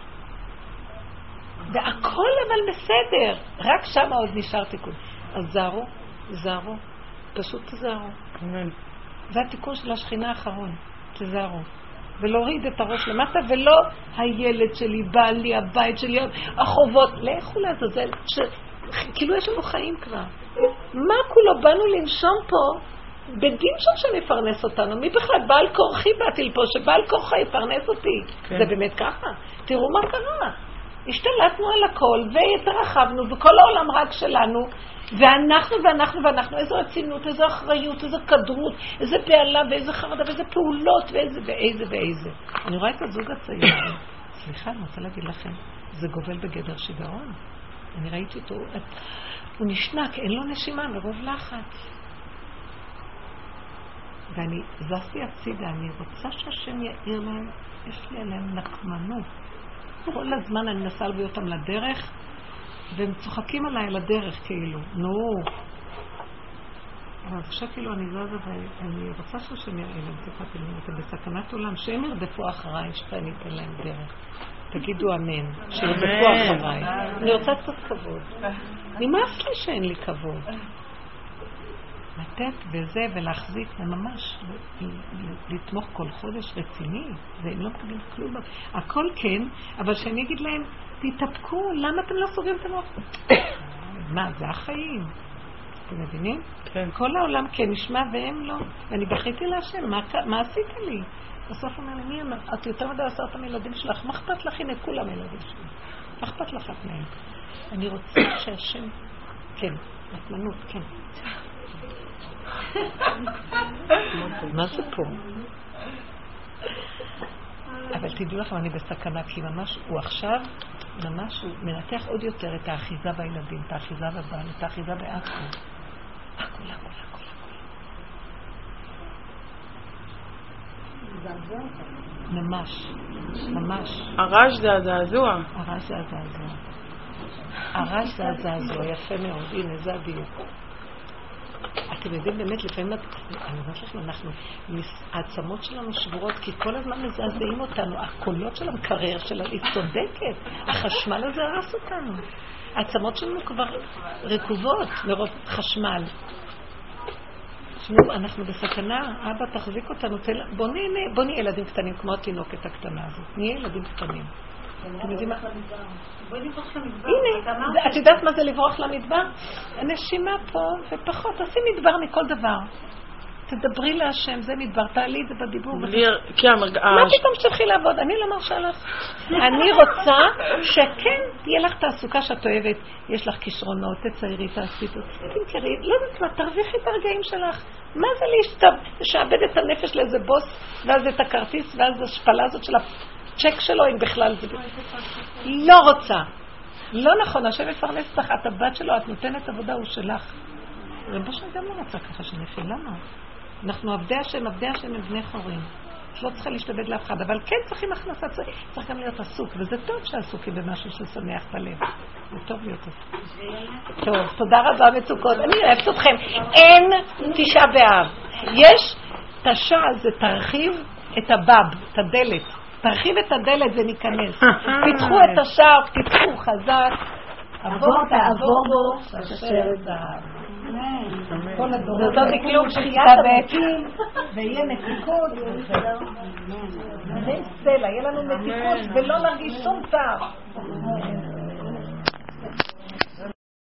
והכל אבל בסדר, רק שם עוד נשאר תיקון. אז זרו, זרו, פשוט תזרו. זה התיקון של השכינה האחרון, תזרו. ולהוריד את הראש למטה, ולא הילד שלי, בעלי, הבית שלי, החובות, לכו לעזאזל, כאילו יש לנו חיים כבר. מה כולו באנו לנשום פה? בדין שם שמפרנס אותנו. מי בכלל בעל כורחי באתי לפה, שבעל כורחה יפרנס אותי. זה באמת ככה. תראו מה קרה. השתלטנו על הכל, והתרחבנו, וכל העולם רק שלנו, ואנחנו ואנחנו ואנחנו, איזו רצינות, איזו אחריות, איזו כדרות, איזו פעלה, ואיזו חרדה, ואיזו פעולות, ואיזה ואיזה ואיזה. אני רואה את הזוג הצעיר. סליחה, אני רוצה להגיד לכם, זה גובל בגדר שיגעון. אני ראיתי אותו, הוא נשנק, אין לו נשימה, מרוב לחץ. ואני זזתי הצידה, אני רוצה שהשם יאיר להם, יש לי עליהם נקמנות. כל הזמן אני מנסה להביא אותם לדרך, והם צוחקים עליי לדרך כאילו, נו. אבל עכשיו כאילו אני זזה ואני רוצה שהשם יראה להם, צוחקתי להם, אתם בסכנת עולם, שהם ירדפו אחריי, שאני אתן להם דרך. תגידו אמן, שירדפו אחריי. אני רוצה קצת כבוד. נמאס לי שאין לי כבוד. לתת וזה ולהחזיק, וממש לתמוך כל חודש רציני, והם לא מקבלים כלום. הכל כן, אבל שאני אגיד להם, תתאפקו, למה אתם לא סוגרים את המוח? מה, זה החיים. אתם מבינים? כן. כל העולם כן נשמע והם לא. ואני בכיתי להשם, מה, מה עשית לי? בסוף אומר לי, מי אמר? את יותר מדי עשרת מילדים שלך, מה אכפת לך? הנה כולם ילדים שלי. מה אכפת לך את מהם? אני רוצה שהשם, כן, נתמנות, כן. מה זה פה? אבל תדעו לכם, אני בסכנה, כי ממש הוא עכשיו, ממש הוא מנתח עוד יותר את האחיזה בילדים, את האחיזה בבעל, את האחיזה בעצמו. הכל, הכל, הכל, הכל. ממש, ממש. הרעש זה הזעזוע. הרעש זה הזעזוע. הרעש זה הזעזוע, יפה מאוד, הנה, זה הדיוק. אתם יודעים באמת, לפעמים, אני אומרת לכם, אנחנו, העצמות שלנו שבורות, כי כל הזמן מזעזעים אותנו, הקולות של המקרר שלה, היא צודקת, החשמל הזה הרס אותנו. העצמות שלנו כבר רקובות מרוב חשמל. תשמעו, אנחנו בסכנה, אבא תחזיק אותנו, בוא נהנה, בוא נהיה ילדים קטנים, כמו התינוקת הקטנה הזאת, נהיה ילדים קטנים. אתם יודעים מה? הנה, את יודעת מה זה לברוח למדבר? הנשימה פה ופחות, תעשי מדבר מכל דבר. תדברי להשם, זה מדבר, תעלי את זה בדיבור. מה פתאום שתלכי לעבוד? אני לא מרשה לך. אני רוצה שכן תהיה לך תעסוקה שאת אוהבת, יש לך כישרונות, תציירי, תעשי, תמכרי, לא יודעת מה, תרוויחי את הרגעים שלך. מה זה לשעבד את הנפש לאיזה בוס, ואז את הכרטיס, ואז השפלה הזאת של הצ'ק שלו, אם בכלל זה... לא רוצה. לא נכון, השם מפרנס לך, את הבת שלו, את נותנת עבודה, הוא שלך. רבו שם גם לא רוצה ככה שנפי, למה? אנחנו עבדי השם, עבדי השם הם בני חורים. את לא צריכה להשתבד לאף אחד, אבל כן צריכים הכנסה, צריך גם להיות עסוק, וזה טוב שעסוקים במשהו ששמח את הלב. זה טוב להיות עסוק. טוב, תודה רבה מצוקות. אני אוהבת אתכם. אין תשעה באב. יש תשע, זה תרחיב את הבב, את הדלת. תרחיב את הדלת וניכנס. פיתחו את השער, פיתחו חזק. עבור תעבור בו, ששרת זהב. כל הדורות. זאת תקלום שחיית המתים, ויהיה מתיקות. ויהיה סלע, יהיה לנו מתיקות, ולא נרגיש שום צער.